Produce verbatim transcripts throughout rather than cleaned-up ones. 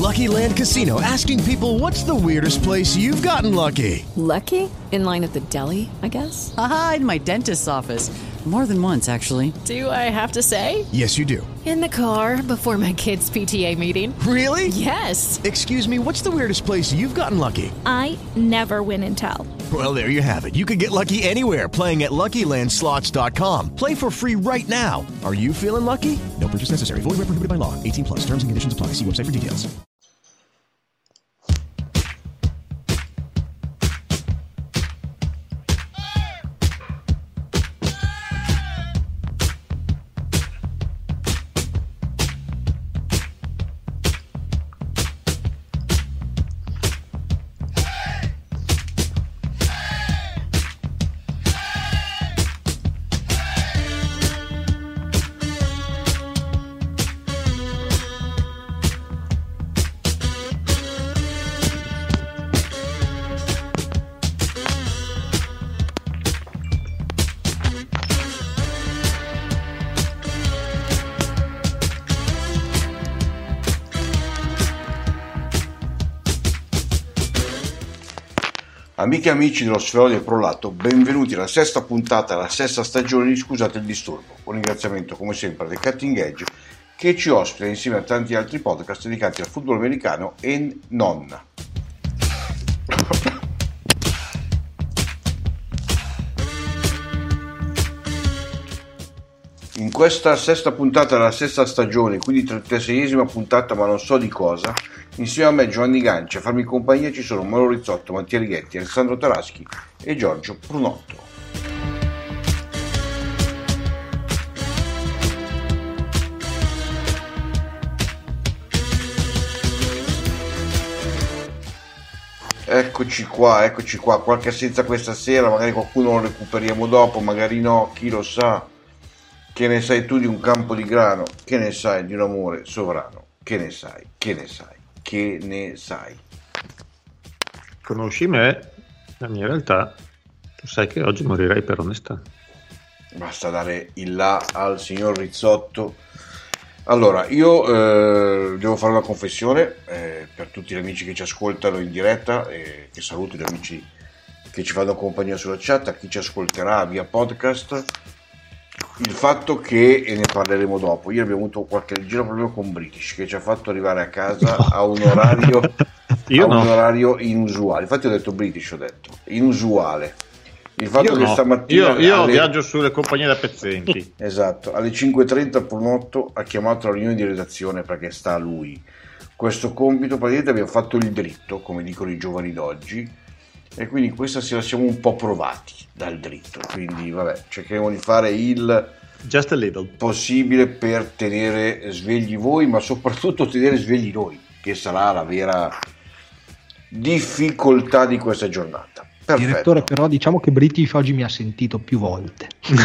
Lucky Land Casino, asking people, what's the weirdest place you've gotten lucky? Lucky? In line at the deli, I guess? Aha, in my dentist's office. More than once, actually. Do I have to say? Yes, you do. In the car before my kids' P T A meeting. Really? Yes. Excuse me, what's the weirdest place you've gotten lucky? I never win and tell. Well, there you have it. You can get lucky anywhere, playing at Lucky Land Slots dot com. Play for free right now. Are you feeling lucky? No purchase necessary. Void where prohibited by law. eighteen plus. Terms and conditions apply. See website for details. Amiche e amici dello Sferone del Prolato, benvenuti alla sesta puntata, alla sesta stagione di Scusate il disturbo. Un ringraziamento come sempre del Cutting Edge che ci ospita insieme a tanti altri podcast dedicati al football americano e non. In questa sesta puntata della sesta stagione, quindi trentaseiesima puntata ma non so di cosa, insieme a me Giovanni Gancia, a farmi compagnia ci sono Mauro Rizzotto, Mattia Righetti, Alessandro Taraschi e Giorgio Prunotto. Eccoci qua, eccoci qua, qualche assenza questa sera, magari qualcuno lo recuperiamo dopo, magari no, chi lo sa. Che ne sai tu di un campo di grano? Che ne sai di un amore sovrano? Che ne sai? Che ne sai? Che ne sai? Conosci me, la mia realtà, tu sai che oggi morirei per onestà. Basta dare il là al signor Rizzotto. Allora, io eh, devo fare una confessione eh, per tutti gli amici che ci ascoltano in diretta, eh, che saluto gli amici che ci fanno compagnia sulla chat, a chi ci ascolterà via podcast. Il fatto che, e ne parleremo dopo, ieri abbiamo avuto qualche leggero problema con British che ci ha fatto arrivare a casa no. a un orario Io a un no. orario inusuale. Infatti ho detto British, ho detto inusuale. Il fatto io che no. stamattina io, io alle... viaggio sulle compagnie da pezzenti. Esatto, alle cinque e trenta Prunotto ha chiamato la riunione di redazione perché sta a lui questo compito. Praticamente abbiamo fatto il dritto, come dicono i giovani d'oggi, e quindi questa sera siamo un po' provati dal dritto, quindi vabbè, cercheremo di fare il Just a little possibile per tenere svegli voi, ma soprattutto tenere svegli noi, che sarà la vera difficoltà di questa giornata. Perfetto. Direttore, però diciamo che British oggi mi ha sentito più volte.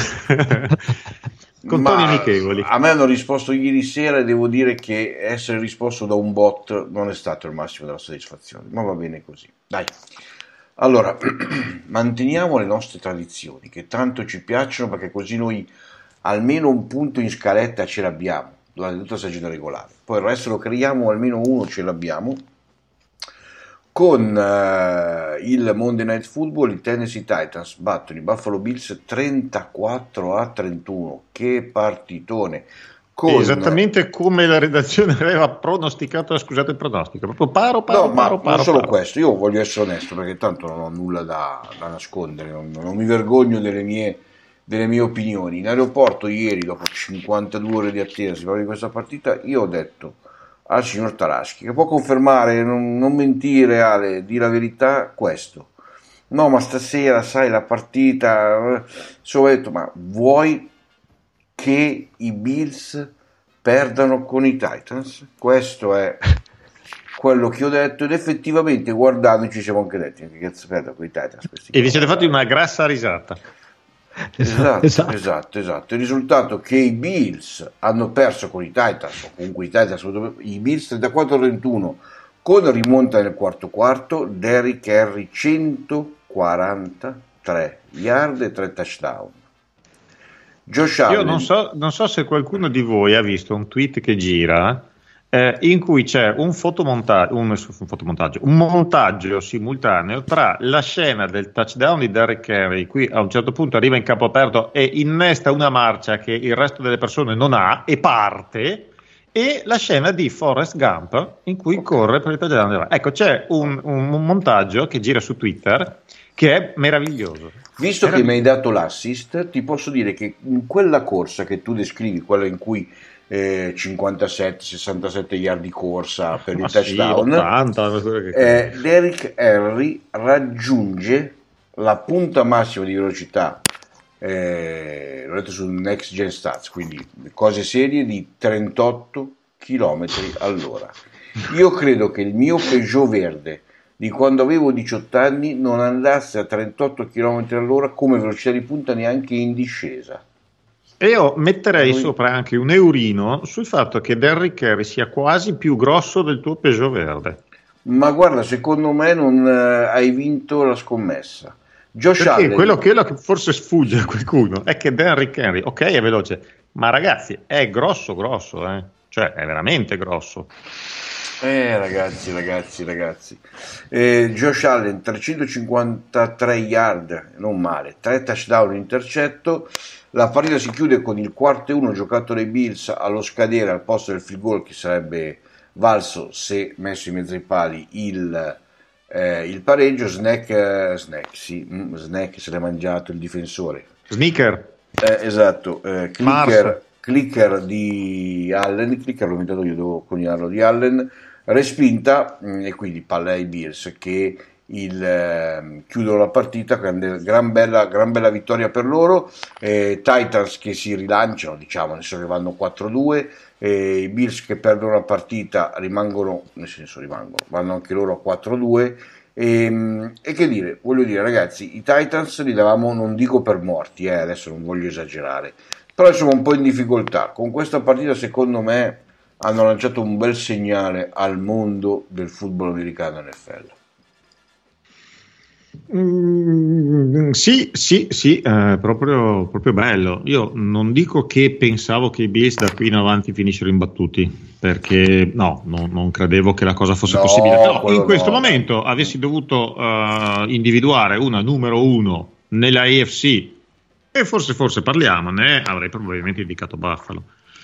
Con toni amichevoli. A me hanno risposto ieri sera e devo dire che essere risposto da un bot non è stato il massimo della soddisfazione, ma va bene così. Dai. Allora, manteniamo le nostre tradizioni che tanto ci piacciono, perché così noi almeno un punto in scaletta ce l'abbiamo durante tutta la stagione regolare. Poi il resto lo creiamo, almeno uno ce l'abbiamo. Con uh, il Monday Night Football i Tennessee Titans battono i Buffalo Bills trentaquattro a trentuno. Che partitone! Con... Esattamente come la redazione aveva pronosticato, scusate il pronostico, proprio paro paro no, paro ma paro non solo paro. questo, io voglio essere onesto perché tanto non ho nulla da, da nascondere, non, non mi vergogno delle mie, delle mie opinioni. In aeroporto ieri, dopo cinquantadue ore di attesa, si parla di questa partita, io ho detto al signor Taraschi, che può confermare, non, non mentire Ale, dire la verità, questo: no, ma stasera sai la partita, insomma, ho detto, ma vuoi che i Bills perdano con i Titans? Questo è quello che ho detto, ed effettivamente guardando ci siamo anche detti che cazzo perdono con i Titans questi e vi siete fatti una grassa risata. Esatto, esatto, esatto, esatto. Il risultato è che i Bills hanno perso con i Titans, o comunque i Titans, i Bills trentaquattro a trentuno, con rimonta nel quarto quarto, Derrick Henry centoquarantatré yard e tre touchdown. Josh Allen. Io non so, non so se qualcuno di voi ha visto un tweet che gira eh, in cui c'è un fotomontaggio, un, un fotomontaggio, un montaggio simultaneo tra la scena del touchdown di Derrick Henry, qui a un certo punto arriva in campo aperto e innesta una marcia che il resto delle persone non ha e parte, e la scena di Forrest Gump in cui corre per il touchdown. Ecco, c'è un, un, un montaggio che gira su Twitter che è meraviglioso. Visto che mi hai dato l'assist, ti posso dire che in quella corsa che tu descrivi, quella in cui eh, cinquantasette sessantasette yard di corsa per il Ma touchdown, sì, ottanta, eh, Derrick Henry raggiunge la punta massima di velocità, eh, l'ho detto su Next Gen Stats, quindi cose serie, di trentotto chilometri all'ora. Io credo che il mio Peugeot verde di quando avevo diciotto anni non andasse a trentotto chilometri all'ora come velocità di punta neanche in discesa. E io metterei Lui... sopra anche un eurino sul fatto che Derrick Henry sia quasi più grosso del tuo Peugeot verde. Ma guarda, secondo me non eh, hai vinto la scommessa. Josh Perché Allen... quello, quello che forse sfugge a qualcuno è che Derrick Henry, ok, è veloce, ma ragazzi, è grosso grosso, eh? Cioè è veramente grosso. Eh ragazzi, ragazzi, ragazzi. Eh, Josh Allen trecentocinquantatré yard, non male, tre touchdown intercetto. La partita si chiude con il quarto e uno giocato dai Bills allo scadere al posto del field goal che sarebbe valso se messo in mezzo ai pali il, eh, il pareggio. Snack, eh, snack, sì, mm, Snack se l'è mangiato il difensore. Sneaker. Eh, esatto, eh, clicker, clicker di Allen, clicker l'ho inventato io, devo coniarlo, di Allen, respinta, mh, e quindi palla ai Bills che il, eh, chiudono la partita, grande, gran, bella, gran bella vittoria per loro. eh, Titans che si rilanciano, diciamo, nel senso che vanno quattro due, eh, i Bills che perdono la partita rimangono, nel senso rimangono, vanno anche loro a quattro due. E, e che dire, voglio dire ragazzi, i Titans li davamo, non dico per morti, eh, adesso non voglio esagerare, però insomma un po' in difficoltà. Con questa partita secondo me hanno lanciato un bel segnale al mondo del football americano N F L. Mm, sì, sì, sì, eh, proprio, proprio bello. Io non dico che pensavo che i Bills da qui in avanti finissero imbattuti, perché no, no non credevo che la cosa fosse no, possibile. Però in questo no. momento avessi dovuto uh, individuare una numero uno nella A F C, e forse, forse parliamone, avrei probabilmente indicato Buffalo.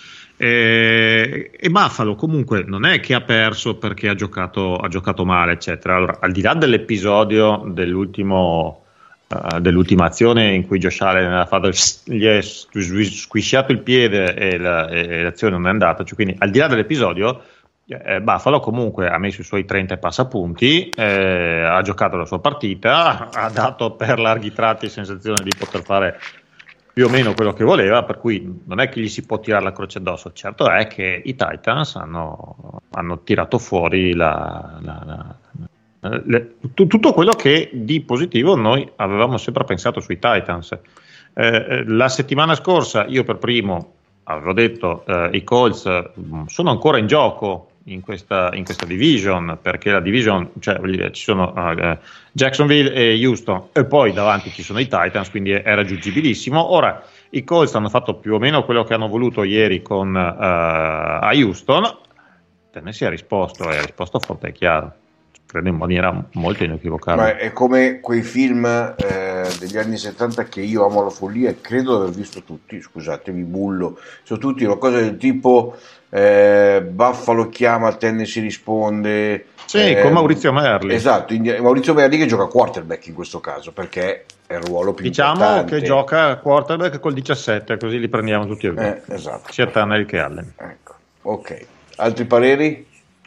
E, e Buffalo comunque non è che ha perso perché ha giocato, ha giocato male, eccetera. Allora, al di là dell'episodio dell'ultimo, uh, dell'ultima azione in cui Josh Allen ha fatto, gli è squisciato il piede e, la, e l'azione non è andata, cioè, quindi al di là dell'episodio eh, Buffalo comunque ha messo i suoi trenta passapunti, eh, ha giocato la sua partita, ha dato per larghi tratti sensazione di poter fare più o meno quello che voleva, per cui non è che gli si può tirare la croce addosso. Certo è che i Titans hanno, hanno tirato fuori la, la, la, le, t- tutto quello che di positivo noi avevamo sempre pensato sui Titans. Eh, la settimana scorsa io per primo avevo detto eh, i Colts sono ancora in gioco in questa, in questa division, perché la division, cioè ci sono uh, Jacksonville e Houston e poi davanti ci sono i Titans, quindi è, è raggiungibilissimo. Ora i Colts hanno fatto più o meno quello che hanno voluto ieri con uh, a Houston. Tennessee ha risposto, e ha risposto forte e chiaro, credo in maniera molto inequivocabile. Ma è come quei film eh, degli anni settanta che io amo la follia e credo di aver visto tutti, scusatemi bullo, sono tutti una cosa del tipo eh, Buffalo chiama, Tennessee risponde. Sì, eh, con Maurizio Merli. Esatto, Maurizio Merli che gioca quarterback in questo caso, perché è il ruolo più diciamo importante. Che gioca quarterback col diciassette, così li prendiamo tutti e due. Eh, esatto. Sia Tannehill che Allen. Ecco, ok. Altri pareri?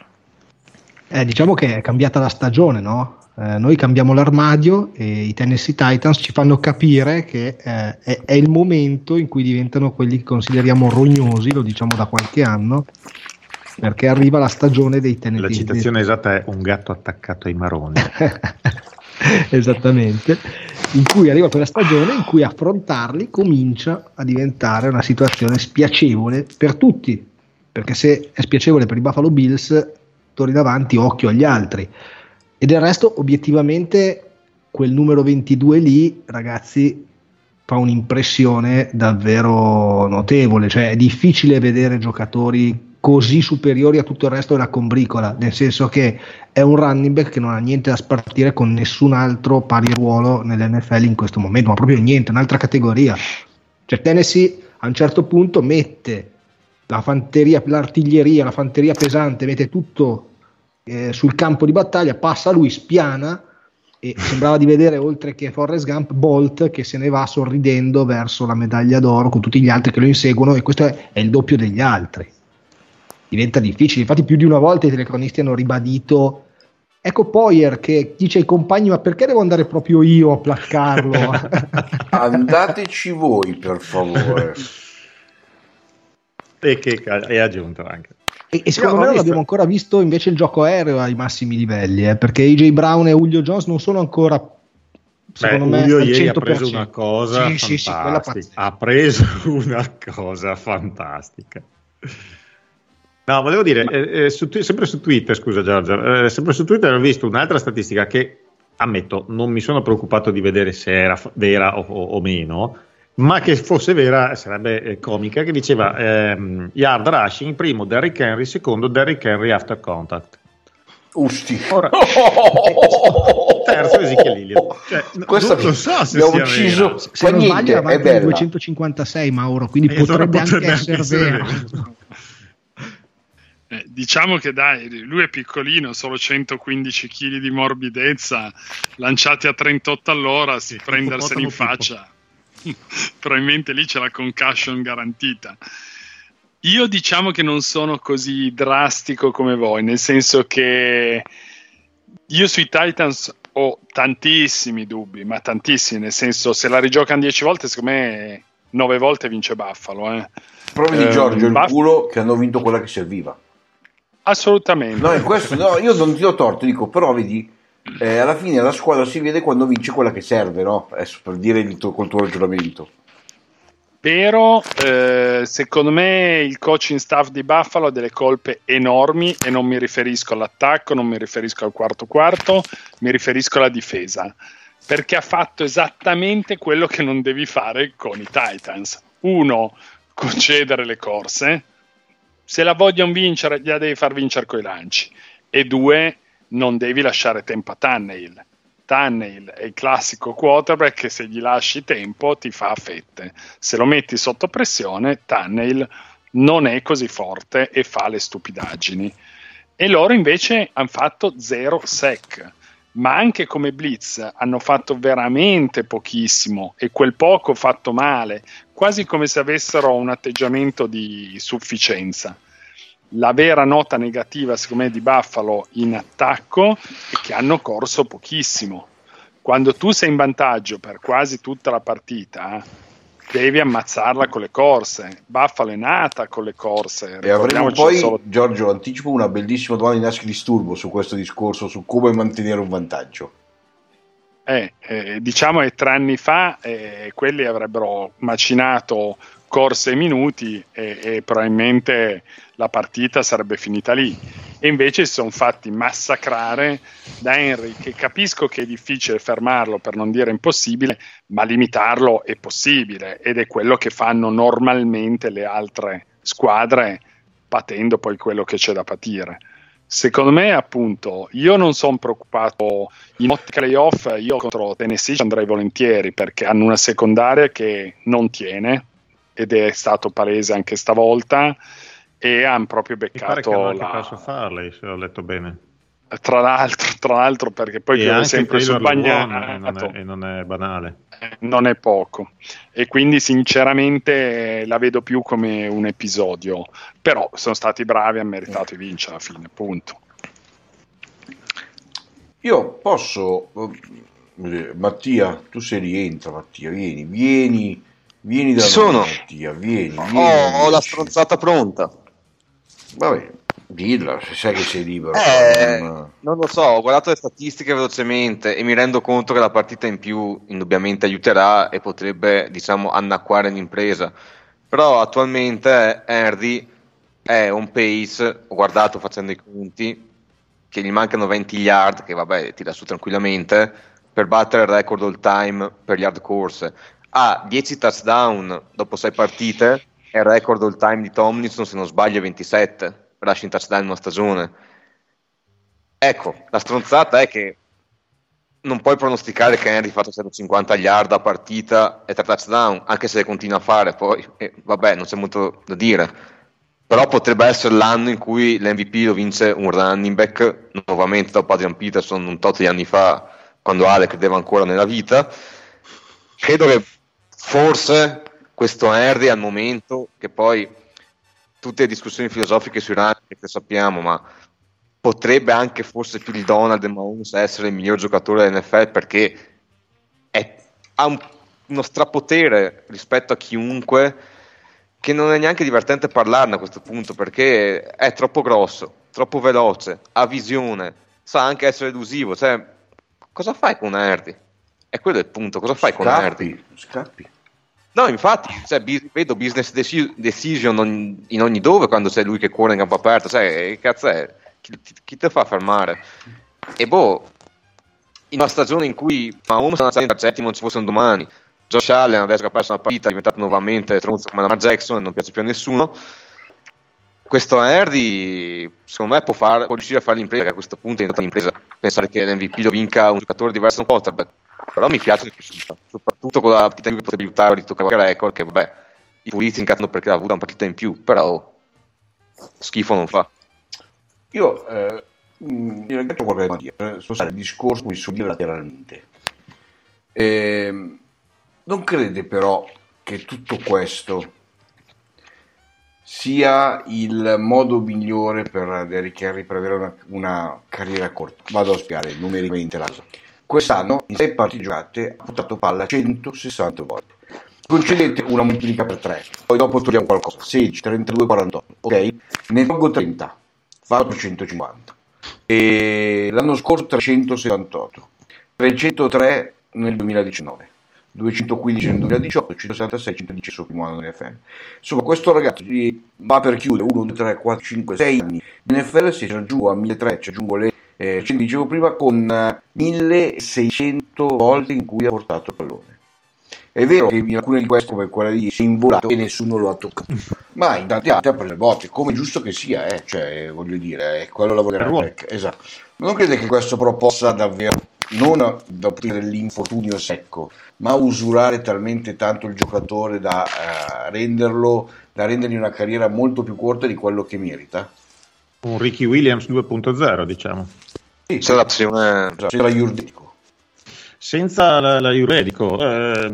Eh, diciamo che è cambiata la stagione, no? Eh, noi cambiamo l'armadio e i Tennessee Titans ci fanno capire che eh, è, è il momento in cui diventano quelli che consideriamo rognosi, lo diciamo da qualche anno, perché arriva la stagione dei Tennessee. La citazione esatta è un gatto attaccato ai maroni. Esattamente, in cui arriva quella stagione in cui affrontarli comincia a diventare una situazione spiacevole per tutti, perché se è spiacevole per i Buffalo Bills, torni davanti, occhio agli altri. E del resto obiettivamente quel numero ventidue lì, ragazzi, fa un'impressione davvero notevole, cioè è difficile vedere giocatori così superiori a tutto il resto della combricola, nel senso che è un running back che non ha niente da spartire con nessun altro pari ruolo nell'N F L in questo momento, ma proprio niente, un'altra categoria. Cioè Tennessee a un certo punto mette la fanteria, l'artiglieria, la fanteria pesante, mette tutto eh, sul campo di battaglia, passa lui, spiana, e sembrava di vedere, oltre che Forrest Gump, Bolt che se ne va sorridendo verso la medaglia d'oro con tutti gli altri che lo inseguono, e questo è, è il doppio degli altri. Diventa difficile, infatti più di una volta i telecronisti hanno ribadito, ecco Poyer che dice ai compagni: ma perché devo andare proprio io a placcarlo? Andateci voi per favore. E che è aggiunto anche. E, e secondo Io me non abbiamo ancora visto invece il gioco aereo ai massimi livelli, eh, perché A J Brown e Julio Jones non sono ancora, secondo Beh, me, Julio al ieri cento per ha cento. preso una cosa sì, sì, sì, fantastica. Ha preso una cosa fantastica. No, volevo dire, eh, eh, su, sempre su Twitter, scusa Giorgio, eh, sempre su Twitter ho visto un'altra statistica che, ammetto, non mi sono preoccupato di vedere se era f- vera o, o, o meno, ma che fosse vera sarebbe eh, comica, che diceva ehm, yard rushing, primo Derrick Henry, secondo Derrick Henry after contact. Usti. Ora, terzo Ezekiel Elliott. Cioè, Questo non lo so se mi ha sia ucciso. vera. Se non niente, sbagli è avanti è bella. duecentocinquantasei, Mauro, quindi E allora potrebbe, potrebbe anche anche essere essere vero. vero. Eh, diciamo che dai, lui è piccolino, solo centoquindici chili di morbidezza, lanciati a trentotto all'ora, si Sì, prenderseli in ippopotamo faccia. Probabilmente lì c'è la concussion garantita. Io diciamo che non sono così drastico come voi, nel senso che io sui Titans ho tantissimi dubbi, ma tantissimi, nel senso, se la rigiocano dieci volte, secondo me nove volte vince Buffalo. Eh. Provi di Eh, Giorgio il Buff- culo che hanno vinto quella che serviva. Assolutamente. No, in questo, no, io non ti do torto, dico, però vedi, eh, alla fine la squadra si vede quando vince quella che serve, no? Adesso per dire il tuo, col tuo ragionamento. Però eh, secondo me il coaching staff di Buffalo ha delle colpe enormi, e non mi riferisco all'attacco, non mi riferisco al quarto quarto, mi riferisco alla difesa, perché ha fatto esattamente quello che non devi fare con i Titans. Uno, concedere le corse, se la vogliono vincere gliela devi far vincere coi lanci, e due, non devi lasciare tempo a Tannehill. Tannehill è il classico quarterback che se gli lasci tempo ti fa a fette, se lo metti sotto pressione Tannehill non è così forte e fa le stupidaggini, e loro invece hanno fatto zero sack, ma anche come blitz hanno fatto veramente pochissimo, e quel poco fatto male, quasi come se avessero un atteggiamento di sufficienza. La vera nota negativa secondo me di Buffalo in attacco è che hanno corso pochissimo. Quando tu sei in vantaggio per quasi tutta la partita, devi ammazzarla con le corse. Buffalo è nata con le corse. E avremo poi, solo... Giorgio, anticipo una bellissima domanda in Ask Disturbo su questo discorso, su come mantenere un vantaggio. Eh, eh, diciamo che tre anni fa eh, quelli avrebbero macinato corse e minuti e, e probabilmente la partita sarebbe finita lì, e invece si sono fatti massacrare da Henry, che capisco che è difficile fermarlo, per non dire impossibile, ma limitarlo è possibile, ed è quello che fanno normalmente le altre squadre, patendo poi quello che c'è da patire. Secondo me, appunto, io non sono preoccupato in ottica playoff. Io contro Tennessee ci andrei volentieri, perché hanno una secondaria che non tiene, ed è stato palese anche stavolta, e hanno proprio Mi pare beccato che hanno anche la... perso Farley, se ho letto bene. tra l'altro, tra l'altro perché poi E piove anche sempre sul Taylor Lewan, bagnato, e non è, e non è banale. non è poco, e quindi sinceramente la vedo più come un episodio, però sono stati bravi, hanno meritato di vincere alla fine, punto. Io posso, eh, Mattia, tu se rientra, Mattia, vieni, vieni, vieni da Ci sono. noi, Mattia, vieni, vieni. Oh, ho la amici. stronzata pronta. Vabbè, dilla, se sai che sei libero. Eh, non- non lo so, ho guardato le statistiche velocemente e mi rendo conto che la partita in più indubbiamente aiuterà e potrebbe, diciamo, annacquare l'impresa. Però attualmente Henry è un pace, ho guardato facendo i conti, che gli mancano venti yard, che vabbè tira su tranquillamente, per battere il record all time per yard corse. Ha dieci touchdown dopo sei partite, è il record all time di Tomlinson, se non sbaglio ventisette rushing touchdown in una stagione. Ecco, la stronzata è che non puoi pronosticare che Henry faccia centocinquanta yard a partita e tre touchdown, anche se le continua a fare, poi eh, vabbè, non c'è molto da dire. Però potrebbe essere l'anno in cui l'M V P lo vince un running back, nuovamente dopo Adrian Peterson un tot di anni fa, quando Ale credeva ancora nella vita. Credo che forse questo Henry al momento, che poi tutte le discussioni filosofiche sui running back che sappiamo, ma potrebbe anche forse più di Donald e Mahomes essere il miglior giocatore dell'N F L, perché è, ha un, uno strapotere rispetto a chiunque, che non è neanche divertente parlarne a questo punto, perché è troppo grosso, troppo veloce, ha visione, sa anche essere elusivo. Cioè, cosa fai con Henry? È quello il punto, cosa fai scappi, con Henry? Scappi. No, infatti, cioè, bi- vedo business deci- decision on- in ogni dove quando c'è lui che corre in campo aperto. Cioè, che cazzo è? Chi, chi te fa fermare? E boh, in una stagione in cui Mahomes è andato settimo, non ci fosse un domani, Josh Allen adesso che ha perso una partita è diventato nuovamente tronzo come Lamar Jackson e non piace più a nessuno. Questo Henry secondo me può, far, può riuscire a fare l'impresa, che a questo punto è diventata un'impresa pensare che l'M V P lo vinca un giocatore diverso da un quarterback. Però mi piace soprattutto con la partita in cui potrebbe aiutare a ritoccare il record, che vabbè, i puristi incazzano perché ha avuto una partita in più, però schifo non fa. Io eh, mi ragazzo qualcosa da dire, so stare il discorso mi subire lateralmente. Eh, non crede però che tutto questo sia il modo migliore per Derrick Henry per avere una, una carriera corta? Vado a spiegare numericamente la cosa. Quest'anno in sei partite giocate ha buttato palla centosessanta volte. Concedete una moltiplica per tre, poi dopo togliamo qualcosa, sedici, trentadue, quarantotto, ok? Ne tolgo trenta, vado per centocinquanta. E l'anno scorso trecentosettantotto, trecentotre nel duemiladiciannove, duecentoquindici nel duemiladiciotto, centosessantasei, centodieci sul primo anno dell'N F L. Insomma, questo ragazzo va per chiudere uno, due, tre, quattro, cinque, sei anni in N F L. Se ci aggiungo a milletrecento, ci aggiungo le eh, dicevo prima, con milleseicento volte in cui ha portato il pallone. È vero che in alcune di queste, come quella lì, si è involato e nessuno lo ha toccato, ma in tante altre ha preso le botte, come giusto che sia, eh? Cioè, voglio dire, è quello lavoro del esatto. Non crede che questo però possa davvero, non da dire l'infortunio secco, ma usurare talmente tanto il giocatore da uh, renderlo, da rendergli una carriera molto più corta di quello che merita? Un Ricky Williams due punto zero, diciamo. Sì, c'è l'opzione, c'è la Iurdetico. Senza la, la Iurdetico, eh,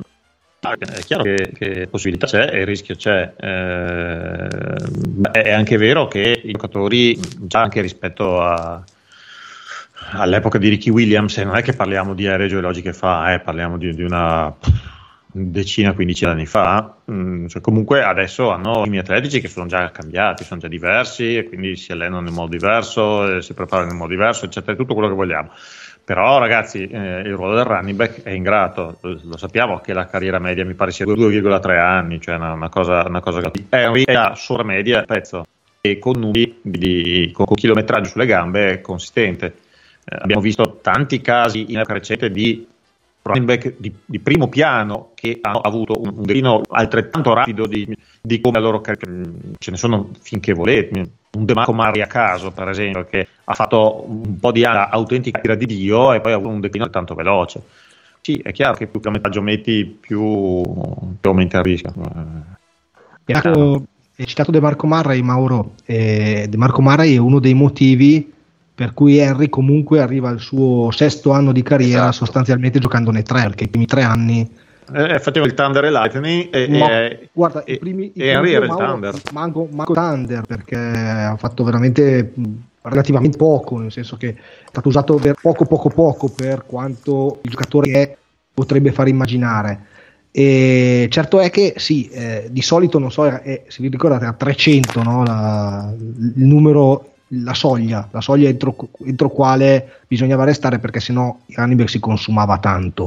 è chiaro che, che possibilità c'è e il rischio c'è. Eh, è anche vero che i giocatori, già anche rispetto a all'epoca di Ricky Williams, non è che parliamo di aerei geologici che fa, eh, parliamo di, di una decina, quindicina anni fa. Mm, cioè comunque adesso hanno i atletici che sono già cambiati, sono già diversi e quindi si allenano in modo diverso, eh, si preparano in modo diverso, eccetera, tutto quello che vogliamo. Però ragazzi, eh, il ruolo del running back è ingrato, lo, lo sappiamo che la carriera media mi pare sia due virgola tre anni, cioè una, una cosa una cosa Henry è a sopra media pezzo e con numeri di, con, con chilometraggio sulle gambe consistente. Eh, abbiamo visto tanti casi in epoca recente di running back di, di primo piano che hanno avuto un, un declino altrettanto rapido di, di come la loro carriera. Ce ne sono finché volete. Un DeMarco Murray a caso, per esempio, che ha fatto un po' di anni autentica ira di Dio e poi ha avuto un declino tanto veloce. Sì, è chiaro che più chilometraggio metti, più, più aumenta il rischio. Eh, hai citato DeMarco Murray, Mauro. Eh, DeMarco Murray è uno dei motivi per cui Henry comunque arriva al suo sesto anno di carriera, esatto, sostanzialmente giocandone tre, perché i primi tre anni eh, faceva il Thunder e Lightning e, ma, e, guarda, e, i primi, e Henry era il Thunder. Manco, manco Thunder, perché ha fatto veramente relativamente poco, nel senso che è stato usato per poco poco poco per quanto il giocatore è, potrebbe far immaginare. E certo è che sì, eh, di solito non so, è, se vi ricordate era trecento, no? La, il numero, la soglia, la soglia entro, entro quale bisognava restare, perché sennò il running back si consumava tanto.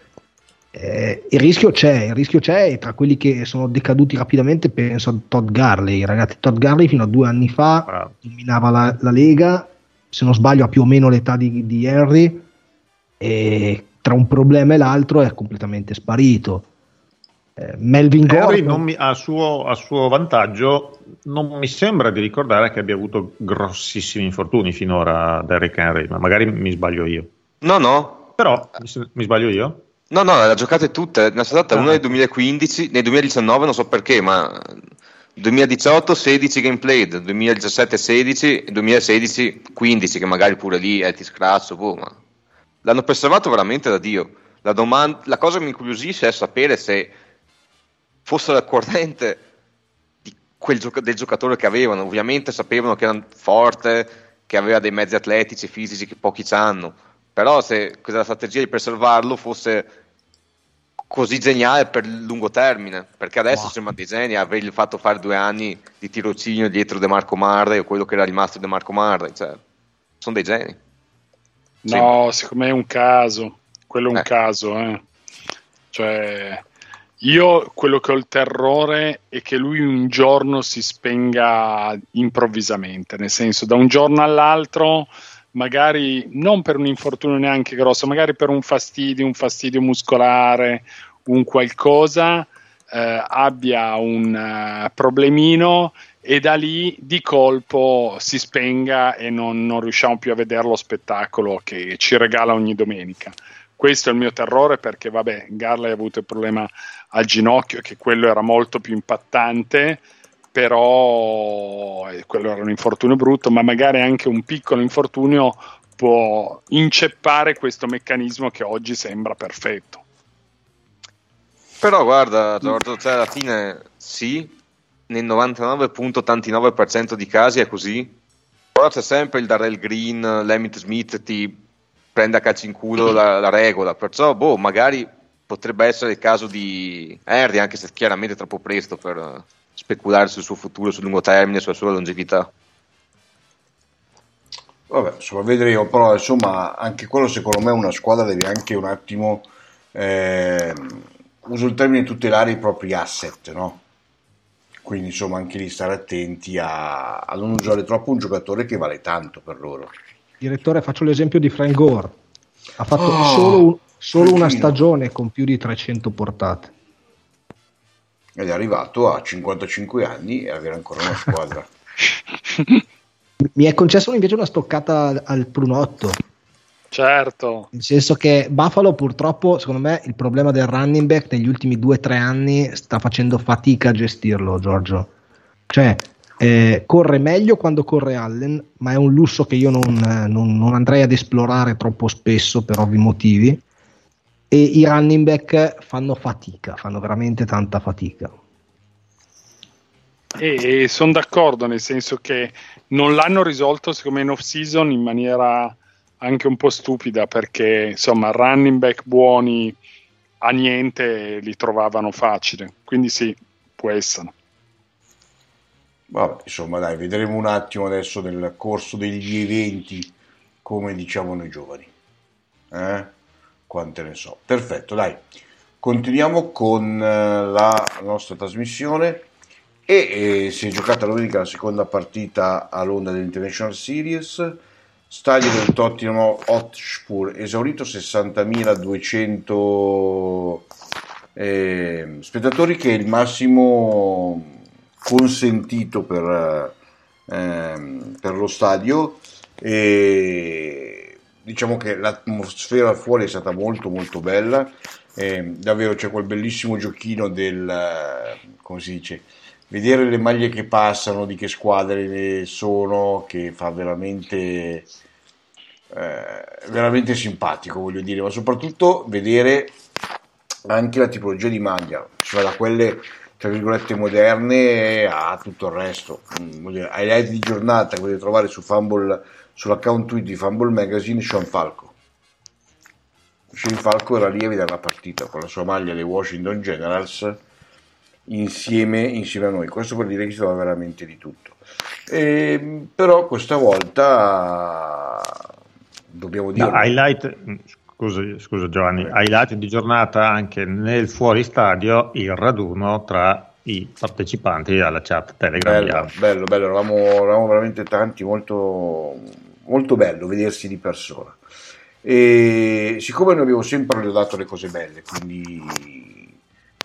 Eh, il rischio c'è, il rischio c'è, e tra quelli che sono decaduti rapidamente penso a Todd Gurley. Ragazzi, Todd Gurley fino a due anni fa Bravo. dominava la, la Lega, se non sbaglio ha più o meno l'età di, di Henry, e tra un problema e l'altro è completamente sparito. eh, Melvin Henry Gordon non mi, a, suo, a suo vantaggio non mi sembra di ricordare che abbia avuto grossissimi infortuni finora Derrick Henry, ma magari mi sbaglio io. No, no. Però mi, mi sbaglio io? No, no, le ha giocate tutte, ne è stata Ah. una nel duemilaquindici, nel duemiladiciannove non so perché, ma duemiladiciotto sedici game played, duemiladiciassette sedici, duemilasedici quindici, che magari pure lì è ti scratzo, boh, ma l'hanno preservato veramente da Dio. La, domanda, la cosa che mi incuriosisce è sapere se fossero al corrente di quel gioca- del giocatore che avevano. Ovviamente sapevano che era forte, che aveva dei mezzi atletici, fisici che pochi hanno, però se questa strategia di preservarlo fosse così geniale per il lungo termine, perché adesso Wow. sembra dei geni avergli fatto fare due anni di tirocinio dietro De Marco Murray o quello che era rimasto di De Marco Murray, cioè sono dei geni. No, secondo me è un caso, quello è un Eh. caso, eh. Cioè, io quello che ho il terrore è che lui un giorno si spenga improvvisamente, nel senso da un giorno all'altro, magari non per un infortunio neanche grosso, magari per un fastidio, un fastidio muscolare, un qualcosa, eh, abbia un eh, problemino e da lì di colpo si spenga e non, non riusciamo più a vedere lo spettacolo che ci regala ogni domenica. Questo è il mio terrore, perché vabbè, Garley ha avuto il problema al ginocchio, che quello era molto più impattante, però eh, quello era un infortunio brutto, ma magari anche un piccolo infortunio può inceppare questo meccanismo che oggi sembra perfetto. Però guarda Giorgio, cioè alla fine sì, nel novantanove virgola ottantanove per cento di casi è così, però c'è sempre il Darrell Green, l'Emmitt Smith ti prende a calci in culo la, la regola, perciò boh, magari potrebbe essere il caso di Henry, anche se chiaramente è troppo presto per uh, speculare sul suo futuro, sul lungo termine, sulla sua longevità. Vabbè, insomma, vedremo, però insomma anche quello secondo me una squadra deve anche un attimo, eh, uso il termine, tutelare i propri asset, no? Quindi insomma anche lì stare attenti a, a non usare troppo un giocatore che vale tanto per loro. Direttore, faccio l'esempio di Frank Gore. Ha fatto Oh, solo, un- solo una Franchino. stagione con più di trecento portate. Ed è arrivato a cinquantacinque anni e avere ancora una squadra. Mi è concesso invece una stoccata al prunotto, Certo. nel senso che Buffalo purtroppo, secondo me, il problema del running back negli ultimi due o tre anni sta facendo fatica a gestirlo, Giorgio. Cioè, eh, corre meglio quando corre Allen, ma è un lusso che io non, non- non andrei ad esplorare troppo spesso per ovvi motivi, e i running back fanno fatica, fanno veramente tanta fatica. E, e sono d'accordo, nel senso che non l'hanno risolto secondo me in off season in maniera anche un po' stupida, perché insomma running back buoni a niente li trovavano facile, quindi sì, può essere. Vabbè, insomma dai, vedremo un attimo adesso nel corso degli eventi come diciamo noi giovani. Eh? Quante ne so. Perfetto, dai. Continuiamo con eh, la nostra trasmissione e eh, si è giocata domenica la seconda partita a Londra dell'International Series. Stadio del Tottenham Hotspur esaurito, sessantamila duecento eh, spettatori, che è il massimo consentito per, ehm, per lo stadio, e diciamo che l'atmosfera fuori è stata molto molto bella, eh, davvero c'è quel bellissimo giochino del, eh, come si dice, vedere le maglie che passano, di che squadre sono, che fa veramente eh, veramente simpatico, voglio dire, ma soprattutto vedere anche la tipologia di maglia, cioè da quelle tra virgolette moderne a tutto il resto. Highlight di giornata che potete trovare su Fumble, sull'account tweet di Fumble Magazine, Sean Falco. Sean Falco era lì a vedere la partita con la sua maglia dei Washington Generals insieme, insieme a noi. Questo per dire che si trova veramente di tutto. E, però questa volta dobbiamo dire no, highlight, scusa, scusa Giovanni, eh. highlight di giornata anche nel fuoristadio, il raduno tra i partecipanti alla chat Telegram. Bello, bello, bello, eravamo, eravamo veramente tanti, molto, molto bello vedersi di persona. E siccome noi abbiamo sempre lodato le cose belle, quindi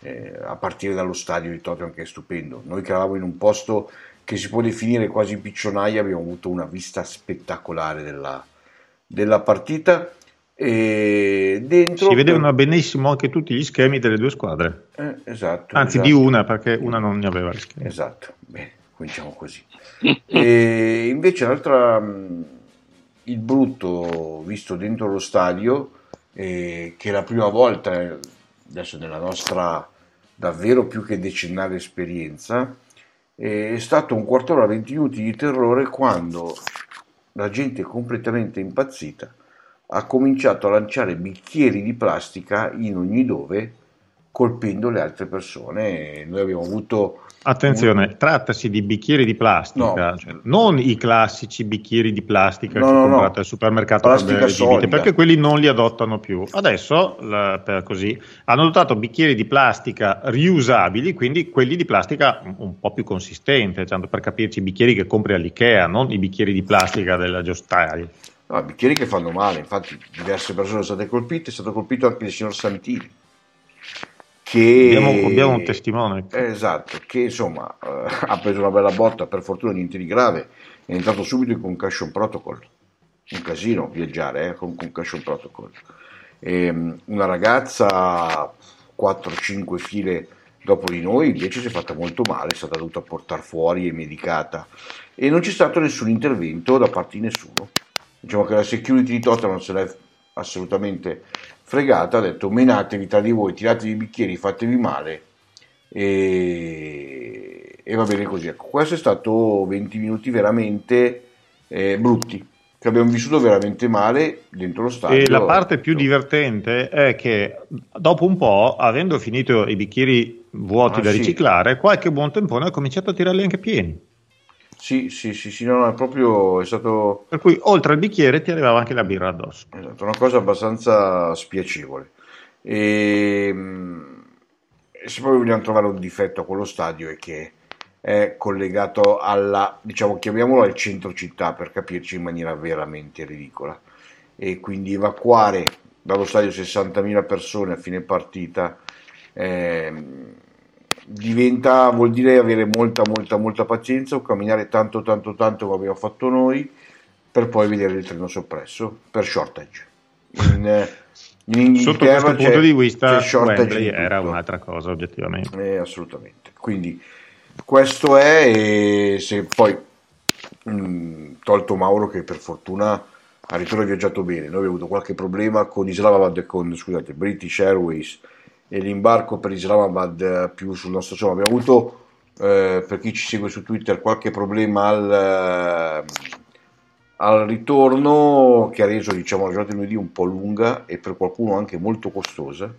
eh, a partire dallo stadio di Tottenham, che è stupendo. Noi che eravamo in un posto che si può definire quasi piccionaia, abbiamo avuto una vista spettacolare della, della partita. E dentro si vedevano benissimo anche tutti gli schemi delle due squadre, eh, esatto, anzi esatto. di una, perché una non ne aveva gli schemi. Esatto, bene, cominciamo così. E invece l'altra, il brutto visto dentro lo stadio, eh, che è la prima volta adesso nella nostra davvero più che decennale esperienza, eh, è stato un quarto d'ora, venti minuti di terrore, quando la gente è completamente impazzita ha cominciato a lanciare bicchieri di plastica in ogni dove, colpendo le altre persone. Noi abbiamo avuto... Attenzione, un... trattasi di bicchieri di plastica, no. cioè, non i classici bicchieri di plastica no, che no, comprate no. al supermercato Plastica per bere bibite, perché quelli non li adottano più. Adesso, la, per così, hanno adottato bicchieri di plastica riusabili, quindi quelli di plastica un, un po' più consistente, cioè, per capirci, i bicchieri che compri all'Ikea, non i bicchieri di plastica della Giostari. No, bicchieri che fanno male, infatti diverse persone sono state colpite, è stato colpito anche il signor Santini, che abbiamo, abbiamo un testimone, eh, esatto, che insomma eh, ha preso una bella botta, per fortuna niente di grave, è entrato subito in concussion protocol, un casino viaggiare eh, con concussion protocol. E, una ragazza quattro cinque file dopo di noi invece si è fatta molto male, è stata dovuta portare fuori e medicata, e non c'è stato nessun intervento da parte di nessuno. Diciamo che la security di Tottenham non se l'è assolutamente fregata, ha detto menatevi tra di voi, tiratevi i bicchieri, fatevi male e, e va bene così. Ecco, questo è stato venti minuti veramente eh, brutti, che abbiamo vissuto veramente male dentro lo stadio. E la parte più divertente è che dopo un po', avendo finito i bicchieri vuoti ah, da sì. riciclare, qualche buon tempone ha cominciato a tirarli anche pieni. Sì, sì, sì, sì, no, no, è proprio è stato... Per cui oltre al bicchiere ti arrivava anche la birra addosso. Esatto, una cosa abbastanza spiacevole. E, e se poi vogliamo trovare un difetto a quello stadio è che è collegato alla, diciamo, chiamiamolo al centro città, per capirci, in maniera veramente ridicola. E quindi evacuare dallo stadio sessantamila persone a fine partita eh, diventa, vuol dire avere molta molta molta pazienza o camminare tanto tanto tanto come abbiamo fatto noi per poi vedere il treno soppresso per shortage. In, in Inghilterra sotto questo punto di vista Wembley era un'altra cosa oggettivamente. Eh, assolutamente. Quindi questo è, e se poi mh, tolto Mauro che per fortuna a ritorno ha viaggiato bene, noi abbiamo avuto qualche problema con Islamabad, con scusate, British Airways e l'imbarco per Islamabad più sul nostro, insomma abbiamo avuto eh, per chi ci segue su Twitter qualche problema al, al ritorno che ha reso, diciamo, la giornata di lunedì un po' lunga e per qualcuno anche molto costosa,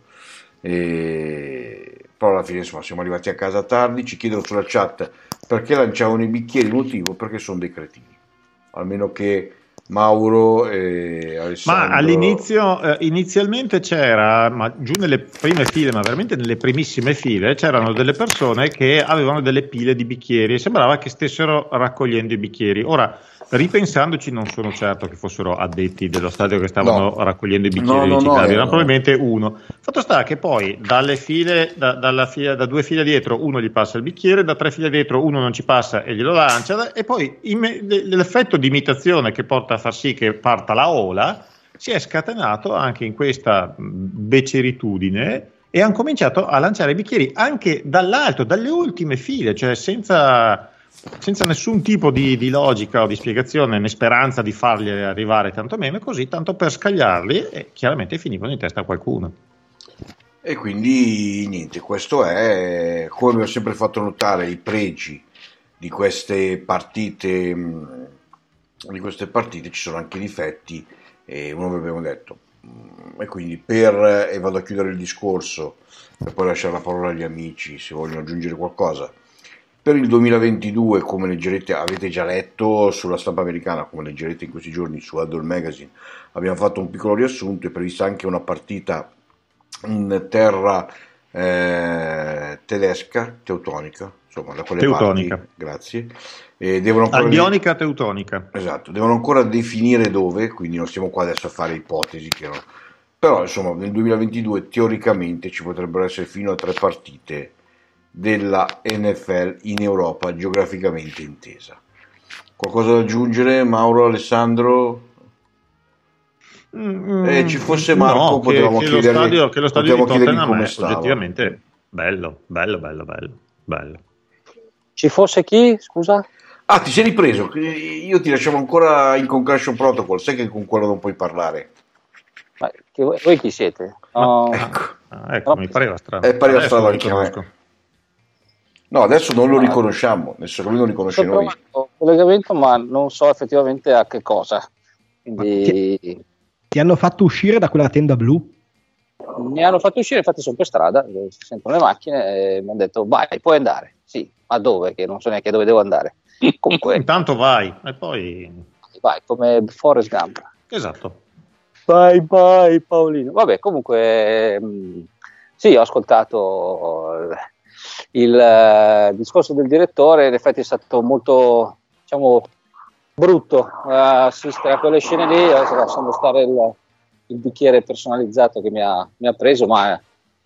e... però alla fine insomma siamo arrivati a casa tardi. Ci chiedono sulla chat perché lanciavano i bicchieri, il motivo perché sono dei cretini, almeno che Mauro e Alessandro. Ma all'inizio, eh, inizialmente c'era, ma giù nelle prime file, ma veramente nelle primissime file, c'erano delle persone che avevano delle pile di bicchieri e sembrava che stessero raccogliendo i bicchieri. Ora, ripensandoci, non sono certo che fossero addetti dello stadio che stavano no. raccogliendo i bicchieri no, no, riciclati, no, era no. probabilmente uno. Fatto sta che poi dalle file, da, dalla fila, da due file dietro uno gli passa il bicchiere, da tre file dietro uno non ci passa e glielo lancia, e poi imme- l'effetto di imitazione che porta a far sì che parta la ola si è scatenato anche in questa beceritudine e hanno cominciato a lanciare i bicchieri anche dall'alto, dalle ultime file, cioè senza... senza nessun tipo di, di logica o di spiegazione né speranza di farli arrivare tantomeno, così tanto per scagliarli e chiaramente finivano in testa a qualcuno. E quindi niente, questo è, come abbiamo sempre fatto notare, i pregi di queste partite, di queste partite ci sono anche difetti, e uno vi abbiamo detto, e quindi per, e vado a chiudere il discorso per poi lasciare la parola agli amici se vogliono aggiungere qualcosa. Per il duemilaventidue, come leggerete, avete già letto sulla stampa americana, come leggerete in questi giorni su Huddle Magazine, abbiamo fatto un piccolo riassunto, è prevista anche una partita in terra eh, tedesca, teutonica, insomma da quelle teutonica. parti, grazie. E devono ancora Albionica, teutonica. Esatto, devono ancora definire dove, quindi non stiamo qua adesso a fare ipotesi che no, Però insomma nel duemilaventidue teoricamente ci potrebbero essere fino a tre partite della N F L in Europa geograficamente intesa. Qualcosa da aggiungere, Mauro, Alessandro? Mm, eh, ci fosse Marco, no, potevamo che, che chiedergli, lo stadio, che lo stadio di Tottenham come è stava. oggettivamente bello, bello, bello, bello, bello. Ci fosse chi, scusa? Ah, ti sei ripreso? Io ti lasciavo ancora in Concussion Protocol, sai che con quello non puoi parlare. Ma che voi, voi chi siete? No. Ma, ecco, ah, ecco no. Mi pareva strano. Eh, pareva strano anche a me. No, adesso non lo riconosciamo, nel senso che lui non riconosce noi. Ho collegamento, ma non so effettivamente a che cosa. Quindi... Ti, ti hanno fatto uscire da quella tenda blu? Mi hanno fatto uscire, infatti sono per strada, si sentono le macchine e mi hanno detto vai, puoi andare. Sì, ma dove? Che non so neanche dove devo andare. Comunque, intanto vai e poi vai come Forrest Gump. Esatto. Bye bye Paolino. Vabbè, comunque mh, sì, ho ascoltato il uh, discorso del direttore, in effetti è stato molto, diciamo, brutto uh, assistere a quelle scene lì, adesso lasciando stare il, il bicchiere personalizzato che mi ha, mi ha preso, ma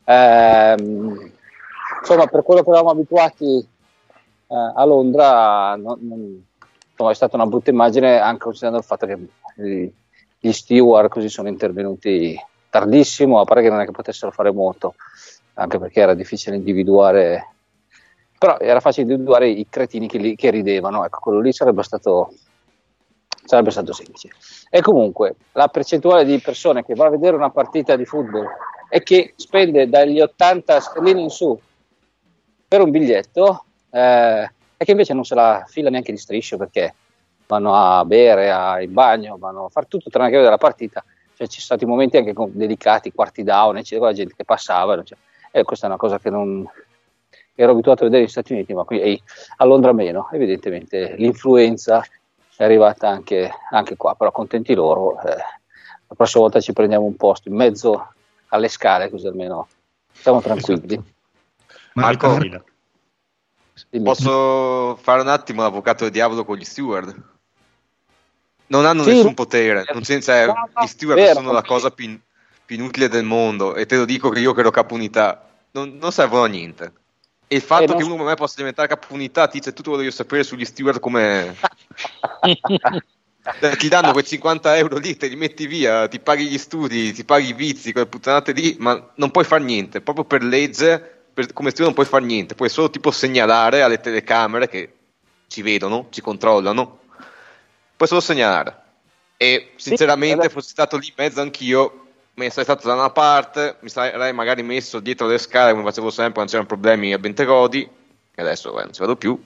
ehm, insomma per quello che eravamo abituati uh, a Londra non, non, insomma, è stata una brutta immagine, anche considerando il fatto che gli, gli steward così sono intervenuti tardissimo, a parte che non è che potessero fare molto, anche perché era difficile individuare, però era facile individuare i cretini che, li, che ridevano, ecco, quello lì sarebbe stato sarebbe stato semplice. E comunque la percentuale di persone che va a vedere una partita di football e che spende dagli ottanta sterline in su per un biglietto eh, e che invece non se la fila neanche di striscio, perché vanno a bere, a, in bagno, vanno a fare tutto tranne che vedere la partita. Cioè, ci sono stati momenti anche con, dedicati, quarti down, eccetera, la gente che passava, cioè, e questa è una cosa che non ero abituato a vedere negli Stati Uniti, ma qui eh, a Londra meno. Evidentemente l'influenza è arrivata anche, anche qua, però contenti loro, eh, la prossima volta ci prendiamo un posto in mezzo alle scale, così almeno siamo tranquilli. Esatto. Marco, Marco, posso fare un attimo l'avvocato del diavolo con gli steward? Non hanno sì, nessun potere, non c'è, cioè, no, no, gli steward vero, sono la cosa più, più inutile del mondo, e te lo dico che io che ero capo unità, non, non servono a niente. E il fatto eh, che non... uno come me possa diventare capo unità ti dice tutto quello che voglio sapere sugli steward, come ti danno quei cinquanta euro lì, te li metti via, ti paghi gli studi, ti paghi i vizi, quelle puttanate lì, ma non puoi fare niente, proprio per legge, per, come steward non puoi fare niente, puoi solo tipo segnalare alle telecamere che ci vedono, ci controllano, puoi solo segnalare. E sinceramente, sì, fossi stato lì in mezzo anch'io, mi sarei stato da una parte, mi sarei magari messo dietro le scale come facevo sempre quando c'erano problemi a Bentegodi, che adesso beh, non ci vado più.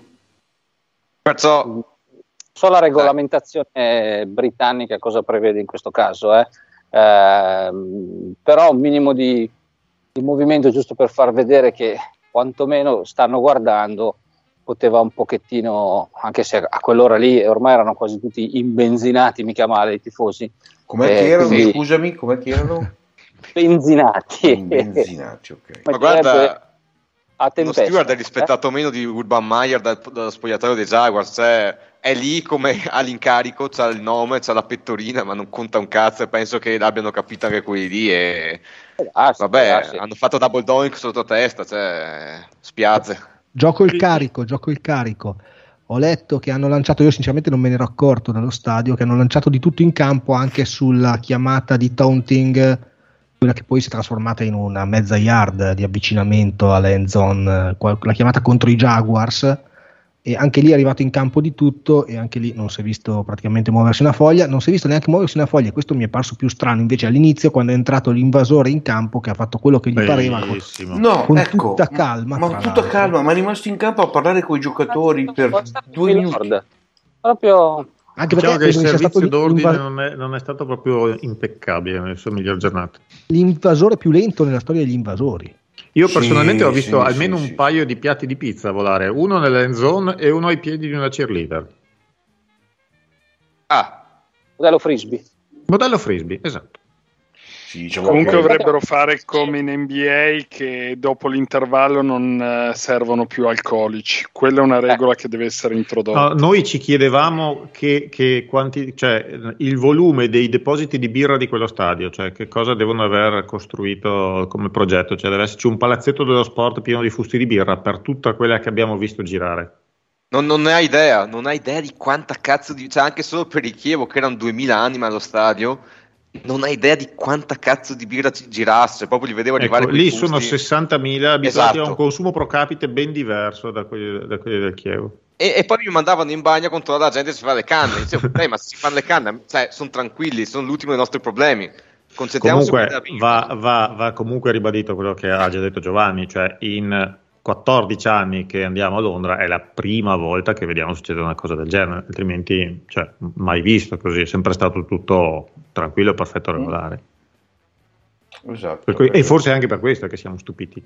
Perciò so la regolamentazione eh. britannica cosa prevede in questo caso, eh. Eh, però un minimo di, di movimento giusto per far vedere che quantomeno stanno guardando poteva un pochettino, anche se a quell'ora lì ormai erano quasi tutti imbenzinati, mica male i tifosi. Com'è eh, che erano? quindi... Scusami, com'è che erano? Benzinati. Benzinati, ok. Ma, Ma guarda, a lo steward è rispettato eh? meno di Urban Meyer dal, dallo spogliatoio dei Jaguars, cioè è lì come all'incarico, c'ha il nome, c'ha la pettorina, ma non conta un cazzo, e penso che l'abbiano capito anche quelli lì e ah, sì, vabbè, ah, sì. hanno fatto double doink sotto testa, cioè spiazze. Gioco il carico, gioco il carico. Ho letto che hanno lanciato, io sinceramente non me ne ero accorto dallo stadio, che hanno lanciato di tutto in campo anche sulla chiamata di taunting, quella che poi si è trasformata in una mezza yard di avvicinamento alla end zone, la chiamata contro i Jaguars, e anche lì è arrivato in campo di tutto, e anche lì non si è visto praticamente muoversi una foglia, non si è visto neanche muoversi una foglia. Questo mi è parso più strano invece all'inizio, quando è entrato l'invasore in campo, che ha fatto quello che gli Bellissimo. pareva con, no, con ecco, tutta calma, ma tutta l'altro. calma, ma è rimasto in campo a parlare con i giocatori per due minuti. Proprio anche diciamo perché che il servizio stato d'ordine l'invas- non, è, non è stato proprio impeccabile nelle sue migliori giornate. L'invasore più lento nella storia degli invasori. Io personalmente sì, ho visto sì, almeno sì, un sì. paio di piatti di pizza volare, uno nell'end zone e uno ai piedi di una cheerleader. Ah, modello frisbee. Modello frisbee, esatto. si dice, Comunque okay. dovrebbero fare come in N B A, che dopo l'intervallo non eh, servono più alcolici. Quella è una regola che deve essere introdotta. No, noi ci chiedevamo che, che quanti, cioè, il volume dei depositi di birra di quello stadio, cioè che cosa devono aver costruito come progetto, cioè deve esserci un palazzetto dello sport pieno di fusti di birra per tutta quella che abbiamo visto girare. Non, non ne hai idea, non hai idea di quanta cazzo di... cioè anche solo per il Chievo, che erano duemila anime allo stadio, non hai idea di quanta cazzo di birra ci girasse, proprio li vedevo arrivare. Ecco, lì fusti. Sono sessantamila abituati esatto. a un consumo pro capite ben diverso da quelli, da quelli del Chievo. E, e poi mi mandavano in bagno a controllare la gente se fa le canne. Dicevo, hey, ma se si fanno le canne, cioè, sono tranquilli, sono l'ultimo dei nostri problemi. Comunque va, va, va comunque ribadito quello che ha già detto Giovanni, cioè in quattordici anni che andiamo a Londra è la prima volta che vediamo succedere una cosa del genere, altrimenti cioè, mai visto così, è sempre stato tutto tranquillo, perfetto, regolare. Esatto. Per cui, e forse anche per questo che siamo stupiti.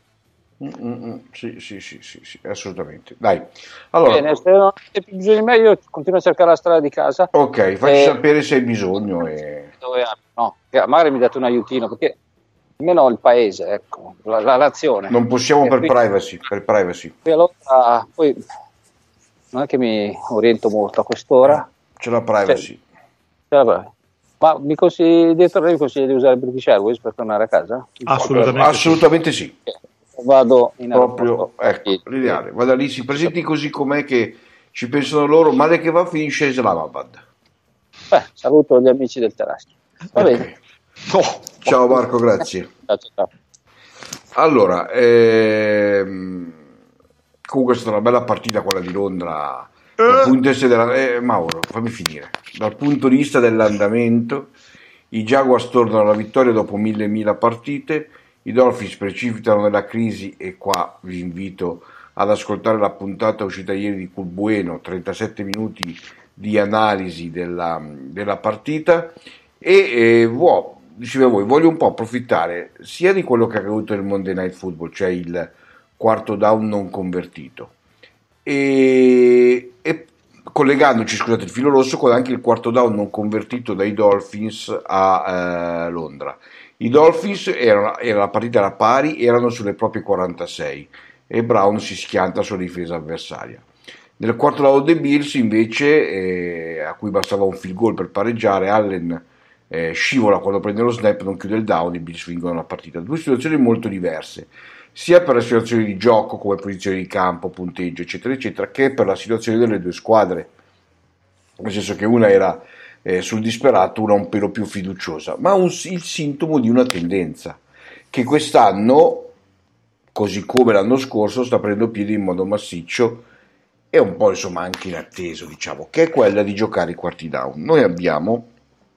Mm-mm. Sì, sì, sì, sì, sì, assolutamente. Dai, allora, bene, se non avete più bisogno di me, io continuo a cercare la strada di casa. Ok, facci e... sapere se hai bisogno. E... Dove... No, magari mi date un aiutino, perché almeno il paese, ecco, la, la nazione. Non possiamo per qui, privacy, per privacy. Allora, poi non è che mi oriento molto a quest'ora. C'è la privacy. C'è la privacy. Ma mi consigli, direttore, mi consigli di usare British Airways per tornare a casa? Assolutamente, Assolutamente sì. sì. Vado in proprio, ecco, l'ideale. Vada lì, si presenti così com'è che ci pensano loro, male che va finisce Islamabad. Beh, saluto gli amici del terrestro. Va okay. bene. Oh. Ciao Marco, grazie. Ciao, ciao. Allora, ehm, comunque è stata una bella partita quella di Londra. Dal punto di vista della, eh, Mauro, fammi finire. Dal punto di vista dell'andamento, i Jaguars tornano alla vittoria dopo mille mila partite. I Dolphins precipitano nella crisi e qua vi invito ad ascoltare la puntata uscita ieri di Cool Bueno, trentasette minuti di analisi della, della partita e eh, wow, dicevo voi, voglio un po' approfittare sia di quello che è accaduto nel Monday Night Football, cioè il quarto down non convertito e, e collegandoci, scusate, il filo rosso con anche il quarto down non convertito dai Dolphins a eh, Londra. I Dolphins, erano, era la partita era pari, erano sulle proprie quarantasei e Brown si schianta sulla difesa avversaria. Nel quarto down dei Bills invece, eh, a cui bastava un field goal per pareggiare, Allen eh, scivola quando prende lo snap, non chiude il down, i Bills vincono la partita. Due situazioni molto diverse, sia per le situazioni di gioco come posizioni di campo, punteggio eccetera eccetera, che per la situazione delle due squadre, nel senso che una era Eh, sul disperato, una un pelo più fiduciosa, ma un, il sintomo di una tendenza che quest'anno, così come l'anno scorso, sta prendendo piede in modo massiccio e un po' insomma anche inatteso, diciamo, che è quella di giocare i quarti down. Noi abbiamo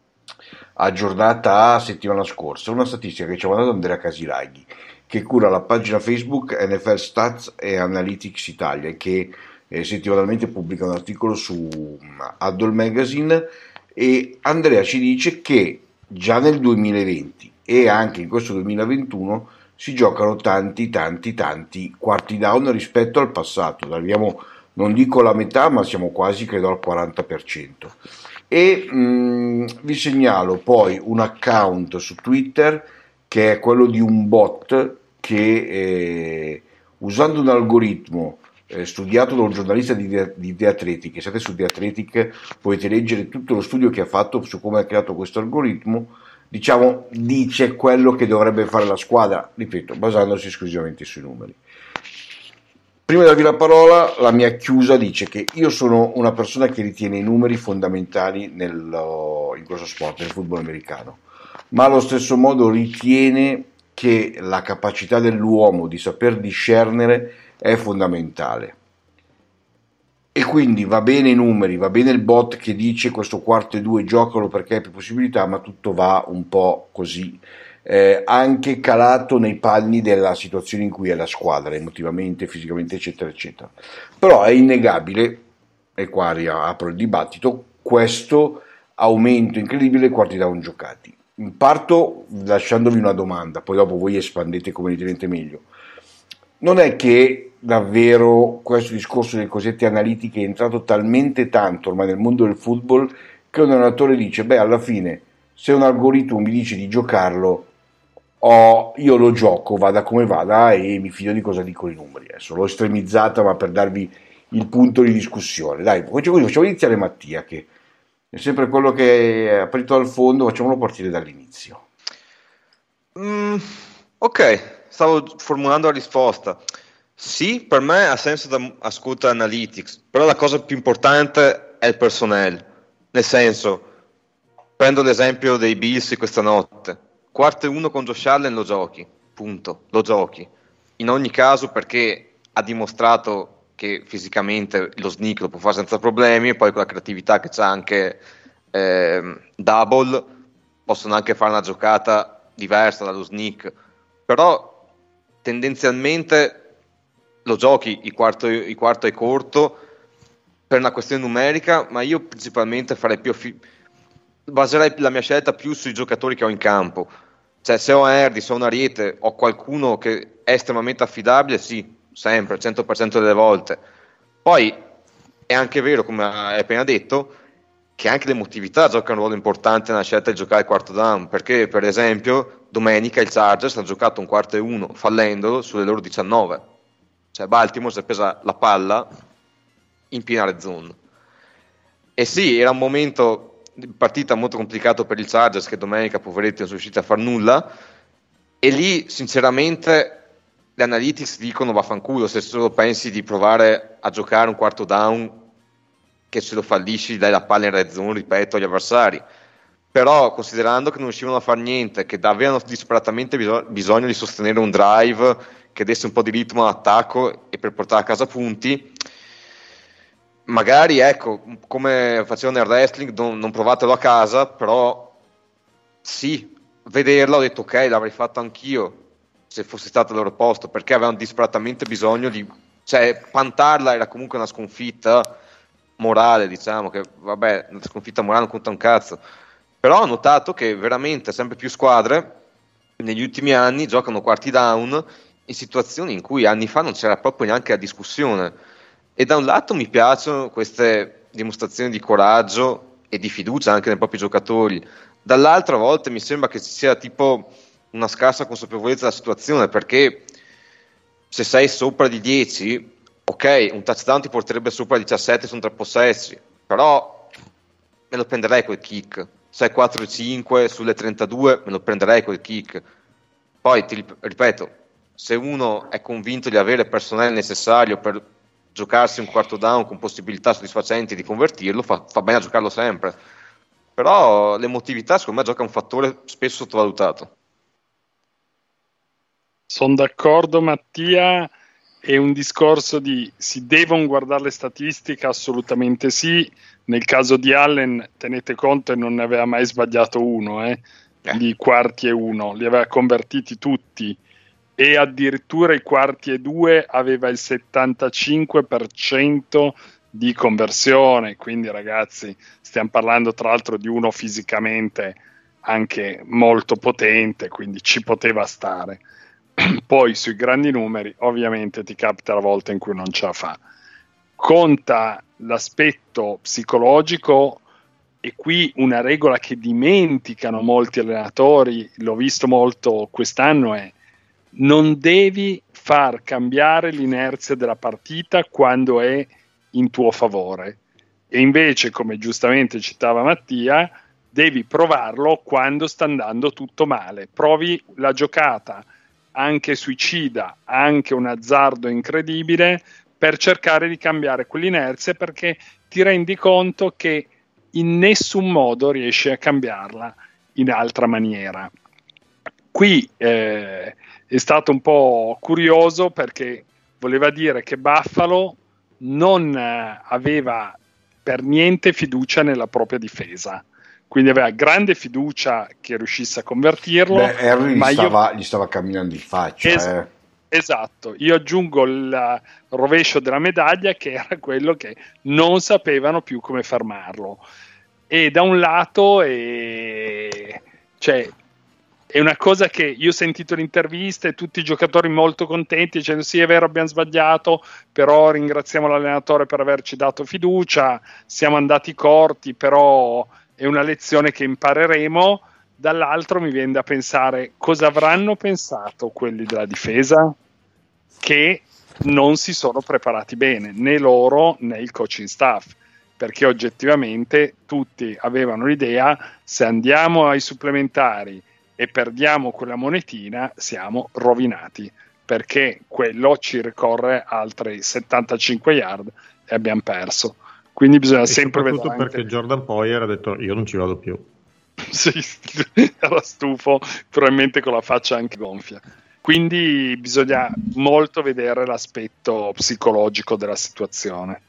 aggiornata settimana scorsa una statistica che ci ha mandato Andrea Casiraghi, che cura la pagina Facebook N F L Stats e Analytics Italia, che eh, settimanalmente pubblica un articolo su Huddle Magazine. E Andrea ci dice che già nel duemilaventi e anche in questo duemilaventuno si giocano tanti tanti tanti quarti down rispetto al passato, arriviamo non dico la metà ma siamo quasi credo al quaranta per cento e mh, vi segnalo poi un account su Twitter che è quello di un bot che eh, usando un algoritmo studiato da un giornalista di, di The Athletic, siete su The Athletic potete leggere tutto lo studio che ha fatto su come ha creato questo algoritmo, diciamo dice quello che dovrebbe fare la squadra, ripeto, basandosi esclusivamente sui numeri. Prima di darvi la parola, la mia chiusa dice che io sono una persona che ritiene i numeri fondamentali nel, in questo sport, nel football americano, ma allo stesso modo ritiene che la capacità dell'uomo di saper discernere è fondamentale e quindi va bene i numeri, va bene il bot che dice questo quarto e due giocalo perché hai più possibilità, ma tutto va un po' così eh, anche calato nei panni della situazione in cui è la squadra emotivamente, fisicamente eccetera eccetera. Però è innegabile, e qua apro il dibattito, questo aumento incredibile dei quarti down giocati. Parto lasciandovi una domanda, poi dopo voi espandete come ritenete meglio. Non è che davvero questo discorso delle cosiddette analitiche è entrato talmente tanto ormai nel mondo del football che un allenatore dice, beh alla fine se un algoritmo mi dice di giocarlo, oh, io lo gioco, vada come vada, e mi fido di cosa dicono i numeri. Adesso l'ho estremizzata, ma per darvi il punto di discussione. Dai, facciamo iniziare Mattia, che è sempre quello che è aprito al fondo, facciamolo partire dall'inizio. Mm, ok, stavo formulando la risposta. Sì, per me ha senso da ascoltare Analytics, però la cosa più importante è il personnel. Nel senso, prendo l'esempio dei Bills questa notte. Quarto e uno con Josh Allen lo giochi, punto, lo giochi. In ogni caso, perché ha dimostrato che fisicamente lo sneak lo può fare senza problemi, e poi con la creatività che c'ha anche eh, Double, possono anche fare una giocata diversa dallo sneak, però tendenzialmente lo giochi il quarto, il quarto è corto per una questione numerica, ma io principalmente farei più affi- baserei la mia scelta più sui giocatori che ho in campo. Cioè, se ho Hardy, se ho un Ariete, ho qualcuno che è estremamente affidabile, sì, sempre, al cento per cento delle volte. Poi è anche vero, come hai appena detto, che anche l'emotività gioca un ruolo importante nella scelta di giocare il quarto down, perché per esempio domenica il Chargers ha giocato un quarto e uno fallendolo sulle loro diciannove, cioè Baltimore si è presa la palla in piena red zone. E sì, era un momento di partita molto complicato per il Chargers, che domenica poveretti non sono riusciti a far nulla, e lì sinceramente le analytics dicono vaffanculo se solo pensi di provare a giocare un quarto down che se lo fallisci dai la palla in red zone, ripeto, agli avversari. Però considerando che non riuscivano a fare niente, che avevano disperatamente biso- bisogno di sostenere un drive che desse un po' di ritmo all'attacco e per portare a casa punti, magari ecco, come facevano nel wrestling, non, non provatelo a casa, però sì, vederla ho detto ok, l'avrei fatto anch'io se fosse stato al loro posto, perché avevano disperatamente bisogno di, cioè pantarla era comunque una sconfitta morale, diciamo, che vabbè, una sconfitta morale non conta un cazzo, però ho notato che veramente sempre più squadre negli ultimi anni giocano quarti down in situazioni in cui anni fa non c'era proprio neanche la discussione, e da un lato mi piacciono queste dimostrazioni di coraggio e di fiducia anche nei propri giocatori, dall'altra a volte mi sembra che ci sia tipo una scarsa consapevolezza della situazione, perché se sei sopra di dieci, ok, un touchdown ti porterebbe sopra diciassette su tre possessi, però me lo prenderei quel kick. sei quattro cinque sulle trentadue, me lo prenderei quel kick. Poi ti ripeto, se uno è convinto di avere il personale necessario per giocarsi un quarto down con possibilità soddisfacenti di convertirlo, fa, fa bene a giocarlo sempre. Però l'emotività secondo me gioca un fattore spesso sottovalutato. Sono d'accordo Mattia, è un discorso di si devono guardare le statistiche, assolutamente sì. Nel caso di Allen tenete conto che non ne aveva mai sbagliato uno eh, eh. di quarti e uno, li aveva convertiti tutti, e addirittura i quarti e due aveva il settantacinque per cento di conversione, quindi ragazzi stiamo parlando tra l'altro di uno fisicamente anche molto potente, quindi ci poteva stare. Poi sui grandi numeri ovviamente ti capita la volta in cui non ce la fa. Conta l'aspetto psicologico, e qui una regola che dimenticano molti allenatori, l'ho visto molto quest'anno, è non devi far cambiare l'inerzia della partita quando è in tuo favore, e invece, come giustamente citava Mattia, devi provarlo quando sta andando tutto male. Provi la giocata anche suicida, anche un azzardo incredibile, per cercare di cambiare quell'inerzia, perché ti rendi conto che in nessun modo riesci a cambiarla in altra maniera. Qui eh, è stato un po' curioso, perché voleva dire che Buffalo non eh, aveva per niente fiducia nella propria difesa, quindi aveva grande fiducia che riuscisse a convertirlo. Beh, Henry ma gli, stava, io... gli stava camminando in faccia. Es- eh. Esatto, io aggiungo il rovescio della medaglia, che era quello che non sapevano più come fermarlo. E da un lato è, cioè, è una cosa che io ho sentito l'intervista e tutti i giocatori molto contenti dicendo sì, è vero, abbiamo sbagliato, però ringraziamo l'allenatore per averci dato fiducia, siamo andati corti, però è una lezione che impareremo. Dall'altro mi viene da pensare cosa avranno pensato quelli della difesa che non si sono preparati bene, né loro né il coaching staff, perché oggettivamente tutti avevano l'idea: se andiamo ai supplementari e perdiamo quella monetina siamo rovinati, perché quello ci ricorre altri settantacinque yard e abbiamo perso. Quindi bisogna e sempre vedere, soprattutto perché Jordan Poyer ha detto io non ci vado più. Sì, era stufo, probabilmente con la faccia anche gonfia. Quindi bisogna molto vedere l'aspetto psicologico della situazione.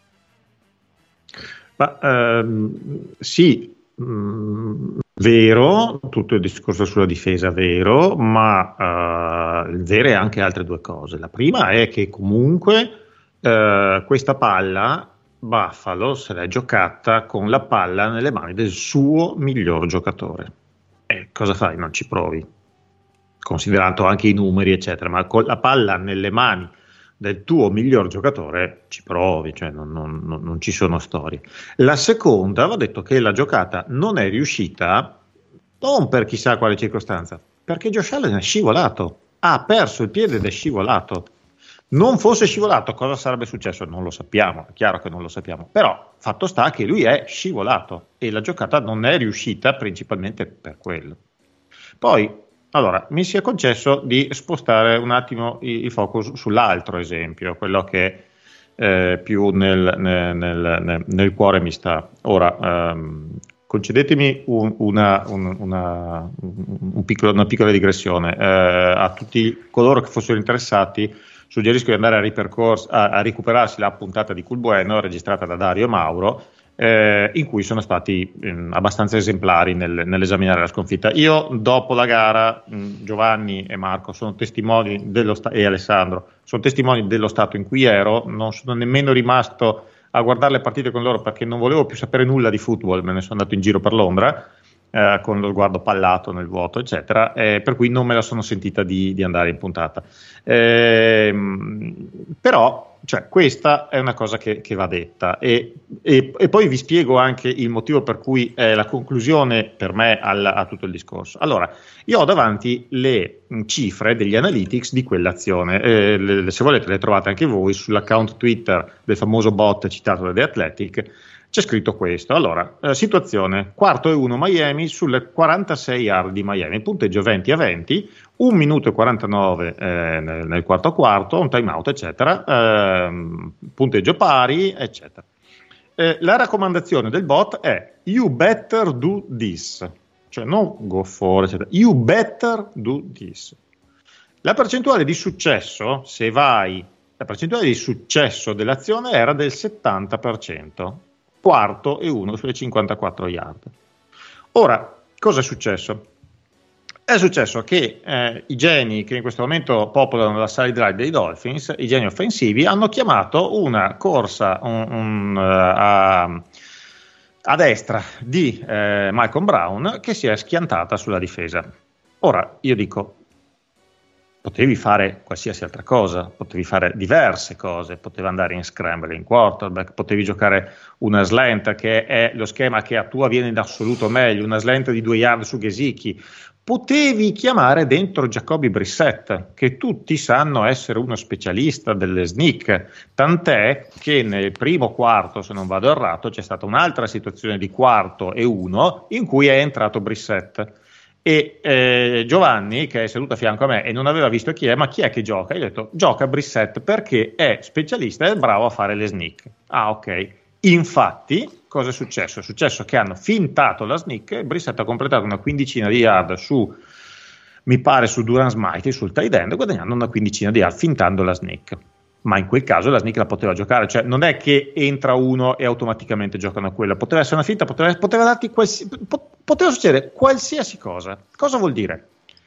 Ma ehm, sì, mh, vero, tutto il discorso sulla difesa vero, ma eh, vere è anche altre due cose. La prima è che comunque eh, questa palla Buffalo se l'è giocata con la palla nelle mani del suo miglior giocatore. E cosa fai? Non ci provi, considerato anche i numeri eccetera, ma con la palla nelle mani del tuo miglior giocatore ci provi, cioè non, non, non, non ci sono storie. La seconda, va detto che la giocata non è riuscita non per chissà quale circostanza, perché Josh Allen è scivolato, ha perso il piede ed è scivolato. Non fosse scivolato, cosa sarebbe successo? Non lo sappiamo, è chiaro che non lo sappiamo, però fatto sta che lui è scivolato e la giocata non è riuscita principalmente per quello. Poi, allora, mi sia concesso di spostare un attimo il focus sull'altro esempio, quello che eh, più nel, nel, nel, nel cuore mi sta. Ora, ehm, concedetemi un, una, un, una, un piccolo, una piccola digressione. Eh, a tutti coloro che fossero interessati, suggerisco di andare a, ripercorso, a, a recuperarsi la puntata di Cool Bueno registrata da Dario Mauro, eh, in cui sono stati eh, abbastanza esemplari nel, nell'esaminare la sconfitta. Io dopo la gara, mh, Giovanni e Marco sono testimoni dello sta- e Alessandro sono testimoni dello stato in cui ero, non sono nemmeno rimasto a guardare le partite con loro perché non volevo più sapere nulla di football, me ne sono andato in giro per Londra eh, con lo sguardo pallato nel vuoto eccetera, eh, per cui non me la sono sentita di, di andare in puntata. Eh, però cioè, questa è una cosa che, che va detta e, e, e poi vi spiego anche il motivo per cui è la conclusione per me al, a tutto il discorso. Allora, io ho davanti le cifre degli analytics di quell'azione, eh, le, se volete le trovate anche voi sull'account Twitter del famoso bot citato da The Athletic. C'è scritto questo. Allora, eh, situazione, quarto e uno Miami sulle quarantasei yard di Miami, punteggio venti a venti, un minuto e quarantanove eh, nel, nel quarto quarto, un timeout eccetera, eh, punteggio pari eccetera. Eh, la raccomandazione del bot è you better do this, cioè non go for eccetera, you better do this. La percentuale di successo, se vai, la percentuale di successo dell'azione era del settanta per cento. Quarto e uno sulle cinquantaquattro yard. Ora, cosa è successo? È successo che eh, i geni che in questo momento popolano la sideline dei Dolphins, i geni offensivi, hanno chiamato una corsa un, un, uh, a, a destra di eh, Malcolm Brown che si è schiantata sulla difesa. Ora, io dico, potevi fare qualsiasi altra cosa, potevi fare diverse cose, potevi andare in scramble in quarterback, potevi giocare una slant che è lo schema che a tua viene in assoluto meglio, una slant di due yard su Gesicki, potevi chiamare dentro Jacoby Brissett, che tutti sanno essere uno specialista delle sneak, tant'è che nel primo quarto, se non vado errato, c'è stata un'altra situazione di quarto e uno in cui è entrato Brissett. E eh, Giovanni, che è seduto a fianco a me e non aveva visto chi è, ma chi è che gioca? Io ho detto gioca Brissett perché è specialista e è bravo a fare le sneak. Ah, ok. Infatti, cosa è successo? È successo che hanno fintato la sneak e Brissett ha completato una quindicina di yard su, mi pare, su Duran Smythe, sul tight end, guadagnando una quindicina di yard fintando la sneak. Ma in quel caso la sneak la poteva giocare, cioè non è che entra uno e automaticamente giocano a quella, poteva essere una finta, poteva, poteva darti qualsi, poteva succedere qualsiasi cosa. Cosa vuol dire?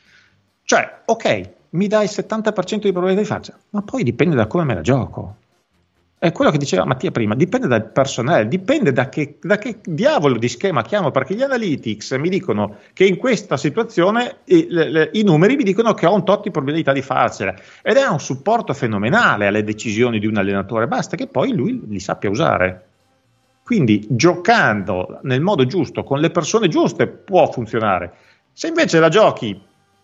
Cioè, ok, mi dai il settanta per cento di probabilità di farcela, ma poi dipende da come me la gioco. È quello che diceva Mattia prima, dipende dal personnel, dipende da che, da che diavolo di schema chiamo, perché gli analytics mi dicono che in questa situazione i, le, i numeri mi dicono che ho un tot di probabilità di farcela, ed è un supporto fenomenale alle decisioni di un allenatore, basta che poi lui li sappia usare. Quindi giocando nel modo giusto, con le persone giuste, può funzionare. Se invece la giochi,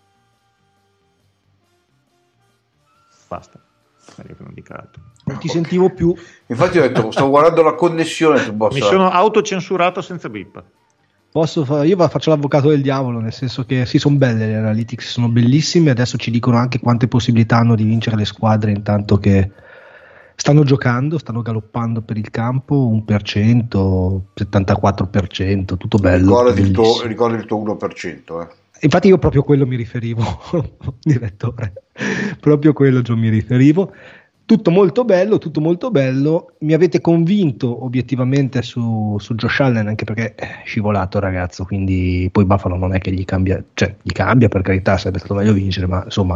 basta, io che non dica altro. Non ti sentivo più. Infatti ho detto, sto guardando la connessione. Mi sono autocensurato senza bip. Posso fa- io faccio l'avvocato del diavolo, nel senso che sì, sono belle le analytics, sono bellissime, adesso ci dicono anche quante possibilità hanno di vincere le squadre intanto che stanno giocando, stanno galoppando per il campo, uno per cento, settantaquattro per cento, tutto bello. Ricordi il tuo, ricordi il tuo uno per cento, eh. Infatti io proprio quello mi riferivo, direttore, proprio quello John mi riferivo. Tutto molto bello, tutto molto bello. Mi avete convinto obiettivamente su, su Josh Allen, anche perché è scivolato ragazzo, quindi poi Buffalo non è che gli cambia, cioè gli cambia per carità, sarebbe stato meglio vincere, ma insomma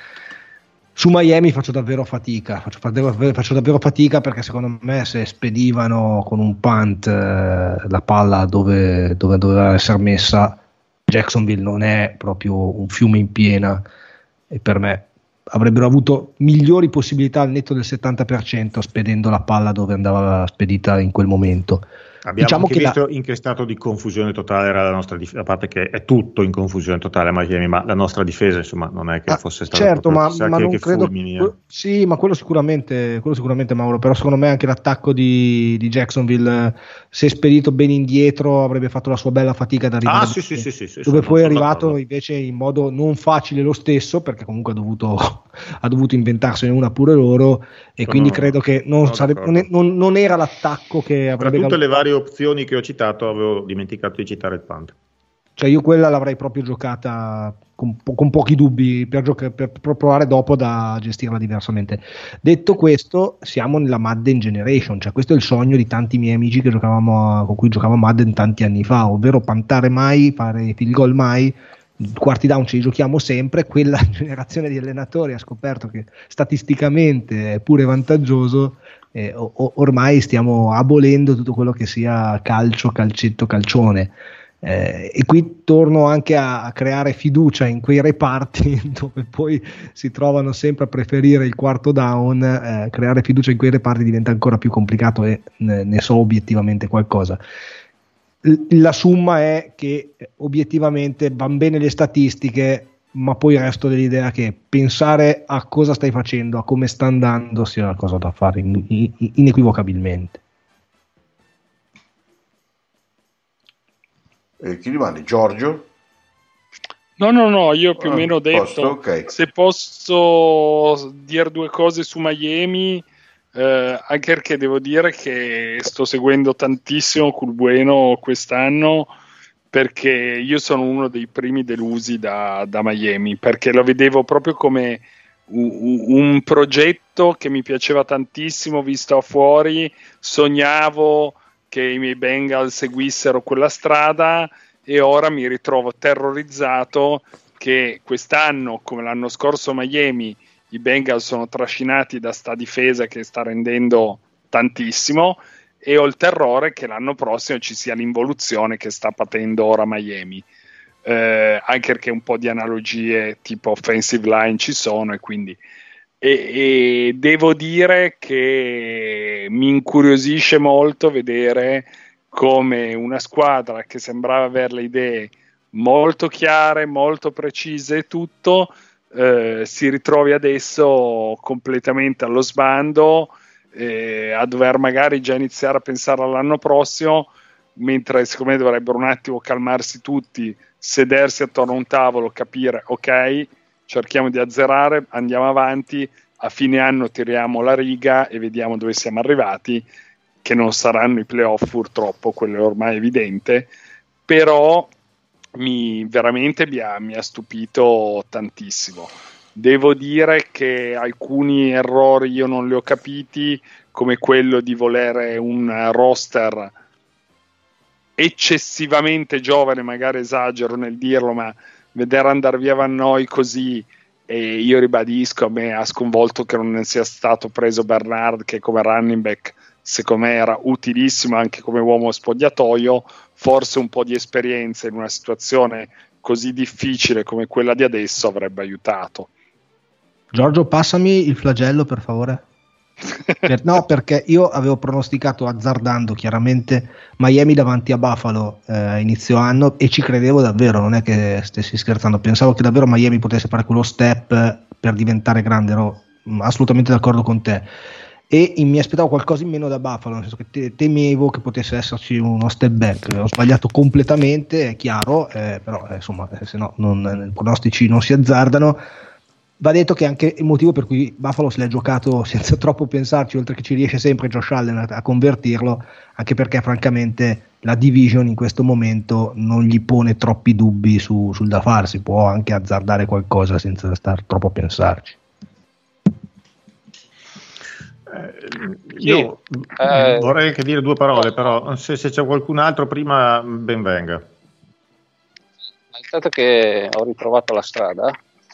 su Miami faccio davvero fatica, faccio, faccio davvero fatica perché secondo me se spedivano con un punt eh, la palla dove, dove doveva essere messa, Jacksonville non è proprio un fiume in piena e per me avrebbero avuto migliori possibilità al netto del settanta per cento spedendo la palla dove andava spedita in quel momento. Abbiamo diciamo anche che visto la... in che stato di confusione totale era la nostra difesa, a parte che è tutto in confusione totale a Miami, ma la nostra difesa insomma non è che ah, fosse stata certo, ma, ma che, non che credo fulmini, eh. sì, ma quello sicuramente quello sicuramente Mauro, però secondo me anche l'attacco di, di Jacksonville, se spedito ben indietro, avrebbe fatto la sua bella fatica ad arrivare ah, sì, sì, sì, sì, sì, dove sono, poi è sono arrivato d'accordo. invece in modo non facile lo stesso, perché comunque ha dovuto ha dovuto inventarsene una pure loro e Sono- quindi credo che non, sono sarebbe, non, d'accordo. è- non- non era l'attacco che Tra avrebbe tutte le galoppato. varie opzioni che ho citato avevo dimenticato di citare il punt. Cioè io quella l'avrei proprio giocata con, po- con pochi dubbi per, gioca- per, per provare dopo da gestirla diversamente. Detto questo, siamo nella Madden Generation, cioè questo è il sogno di tanti miei amici che giocavamo a- con cui giocavo a Madden tanti anni fa, ovvero pantare mai, fare field goal mai, quarti down ce li giochiamo sempre. Quella generazione di allenatori ha scoperto che statisticamente è pure vantaggioso. Eh, o- o- ormai stiamo abolendo tutto quello che sia calcio, calcetto, calcione. Eh, e qui torno anche a, a creare fiducia in quei reparti dove poi si trovano sempre a preferire il quarto down. Eh, creare fiducia in quei reparti diventa ancora più complicato e ne, ne so obiettivamente qualcosa. L- la summa è che eh, obiettivamente van bene le statistiche, ma poi resto dell'idea che pensare a cosa stai facendo, a come sta andando, sia la cosa da fare in- in- inequivocabilmente. E chi rimane? Giorgio? No, no, no, io più o Ah, meno ho detto, posto, ok. se posso dire due cose su Miami, eh, anche perché devo dire che sto seguendo tantissimo Cul Bueno quest'anno, perché io sono uno dei primi delusi da, da Miami, perché lo vedevo proprio come un, un progetto che mi piaceva tantissimo visto a fuori, sognavo che i miei Bengals seguissero quella strada e ora mi ritrovo terrorizzato che quest'anno, come l'anno scorso a Miami, i Bengals sono trascinati da sta difesa che sta rendendo tantissimo e ho il terrore che l'anno prossimo ci sia l'involuzione che sta patendo ora Miami, eh, anche perché un po' di analogie tipo offensive line ci sono e quindi e, e devo dire che mi incuriosisce molto vedere come una squadra che sembrava avere le idee molto chiare, molto precise e tutto, eh, si ritrovi adesso completamente allo sbando, eh, a dover magari già iniziare a pensare all'anno prossimo, mentre secondo me dovrebbero un attimo calmarsi tutti, sedersi attorno a un tavolo, capire ok, cerchiamo di azzerare, andiamo avanti, a fine anno tiriamo la riga e vediamo dove siamo arrivati, che non saranno i playoff purtroppo, quello è ormai evidente, però mi veramente mi ha, mi ha stupito tantissimo. Devo dire che alcuni errori io non li ho capiti, come quello di volere un roster eccessivamente giovane, magari esagero nel dirlo, ma vedere andare via Van Noy così, e io ribadisco, a me ha sconvolto che non sia stato preso Bernard, che come running back secondo me era utilissimo anche come uomo spogliatoio. Forse un po' di esperienza in una situazione così difficile come quella di adesso avrebbe aiutato. Giorgio, passami il flagello per favore. Per, no, perché io avevo pronosticato, azzardando chiaramente, Miami davanti a Buffalo eh, inizio anno, e ci credevo davvero, non è che stessi scherzando, pensavo che davvero Miami potesse fare quello step per diventare grande, ero assolutamente d'accordo con te, e mi aspettavo qualcosa in meno da Buffalo, nel senso che te, temevo che potesse esserci uno step back. Ho sbagliato completamente, è chiaro, eh, però eh, insomma, eh, se no non, i pronostici non si azzardano. Va detto che anche il motivo per cui Buffalo se l'è giocato senza troppo pensarci, oltre che ci riesce sempre Josh Allen a, a convertirlo, anche perché francamente la division in questo momento non gli pone troppi dubbi su, sul da farsi, può anche azzardare qualcosa senza star troppo a pensarci. Io eh, vorrei anche dire due parole, però se, se c'è qualcun altro prima, ben venga. Intanto che ho ritrovato la strada,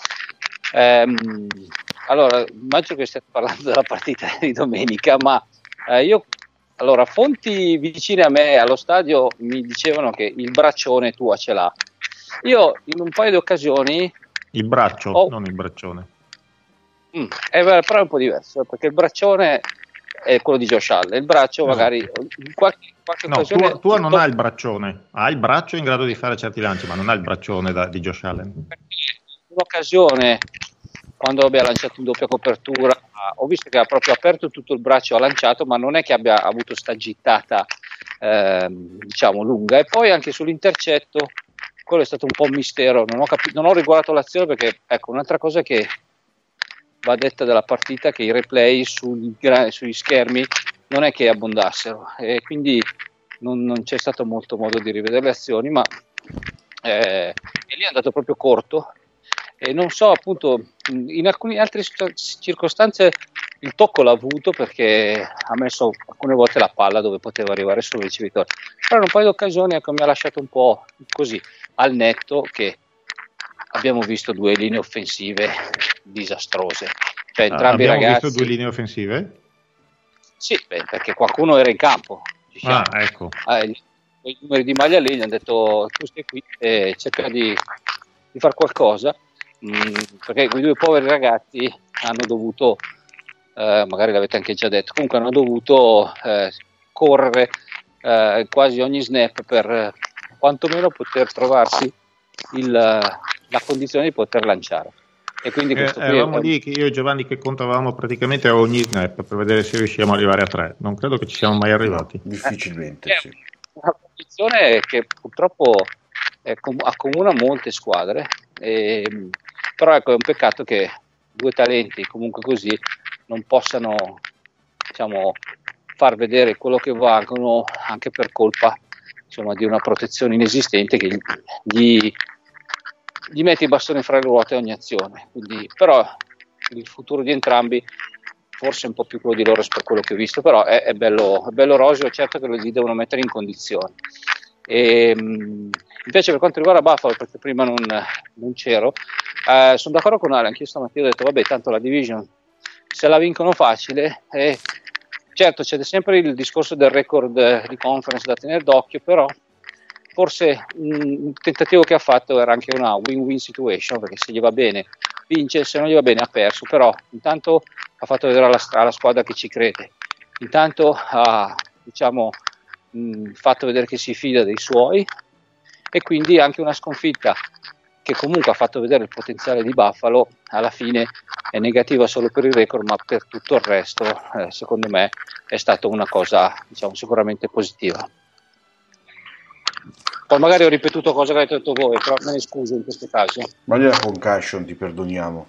ehm, allora immagino che stiate parlando della partita di domenica, ma eh, io allora fonti vicine a me allo stadio mi dicevano che il braccione tua ce l'ha. Io in un paio di occasioni il braccio, ho... non il braccione. Mm, è, però è un po' diverso, perché il braccione è quello di Josh Allen, il braccio magari in qualche, qualche no, occasione tu, tu non hai il braccione, ha il braccio in grado di fare certi lanci, ma non ha il braccione da, di Josh Allen. In un'occasione, quando abbia lanciato in doppia copertura, ho visto che ha proprio aperto tutto il braccio, ha lanciato, ma non è che abbia avuto sta gittata eh, diciamo lunga. E poi anche sull'intercetto, quello è stato un po' un mistero, non ho, capi- non ho riguardato l'azione, perché ecco, un'altra cosa che va detta della partita, che i replay sugli, sugli schermi non è che abbondassero, e quindi non, non c'è stato molto modo di rivedere le azioni, ma eh, e lì è andato proprio corto, e non so, appunto, in alcune altre circostanze il tocco l'ha avuto, perché ha messo alcune volte la palla dove poteva arrivare solo il ricevitore, però in un paio di occasioni, ecco, mi ha lasciato un po' così al netto, che abbiamo visto due linee offensive disastrose, cioè entrambi i abbiamo ragazzi. Visto due linee offensive? Sì, beh, perché qualcuno era in campo, diciamo. Ah, ecco. Eh, i numeri di maglia lì gli hanno detto tu stai qui e cerca di, di fare qualcosa, mh, perché quei due poveri ragazzi hanno dovuto, eh, magari l'avete anche già detto, comunque hanno dovuto eh, correre eh, quasi ogni snap per eh, quantomeno poter trovarsi il, la condizione di poter lanciare. E quindi questo eh, eravamo lì che io e Giovanni che contavamo praticamente a ogni snap per vedere se riusciamo ad arrivare a tre. Non credo che ci siamo mai arrivati. Difficilmente, eh, sì. Una condizione che purtroppo eh, com- accomuna molte squadre, e, però ecco, è un peccato che due talenti comunque così non possano, diciamo, far vedere quello che valgono, anche per colpa, insomma, di una protezione inesistente che gli gli mette i bastoni fra le ruote a ogni azione. Quindi, però il futuro di entrambi forse è un po' più quello di loro per quello che ho visto, però è, è bello, è bello roseo, certo che li devono mettere in condizioni. E, mh, invece per quanto riguarda Buffalo, perché prima non, non c'ero, eh, sono d'accordo con Ale, anch'io stamattina ho detto vabbè, tanto la division se la vincono facile, e certo c'è sempre il discorso del record di conference da tenere d'occhio, però forse un tentativo che ha fatto era anche una win-win situation, perché se gli va bene vince, se non gli va bene ha perso, però intanto ha fatto vedere alla, alla squadra che ci crede, intanto ha, diciamo, mh, fatto vedere che si fida dei suoi, e quindi anche una sconfitta che comunque ha fatto vedere il potenziale di Buffalo, alla fine è negativa solo per il record, ma per tutto il resto eh, secondo me è stata una cosa, diciamo, sicuramente positiva. Poi magari ho ripetuto cose che avete detto voi, però me ne scuso in questo caso. Ma la concussion ti perdoniamo.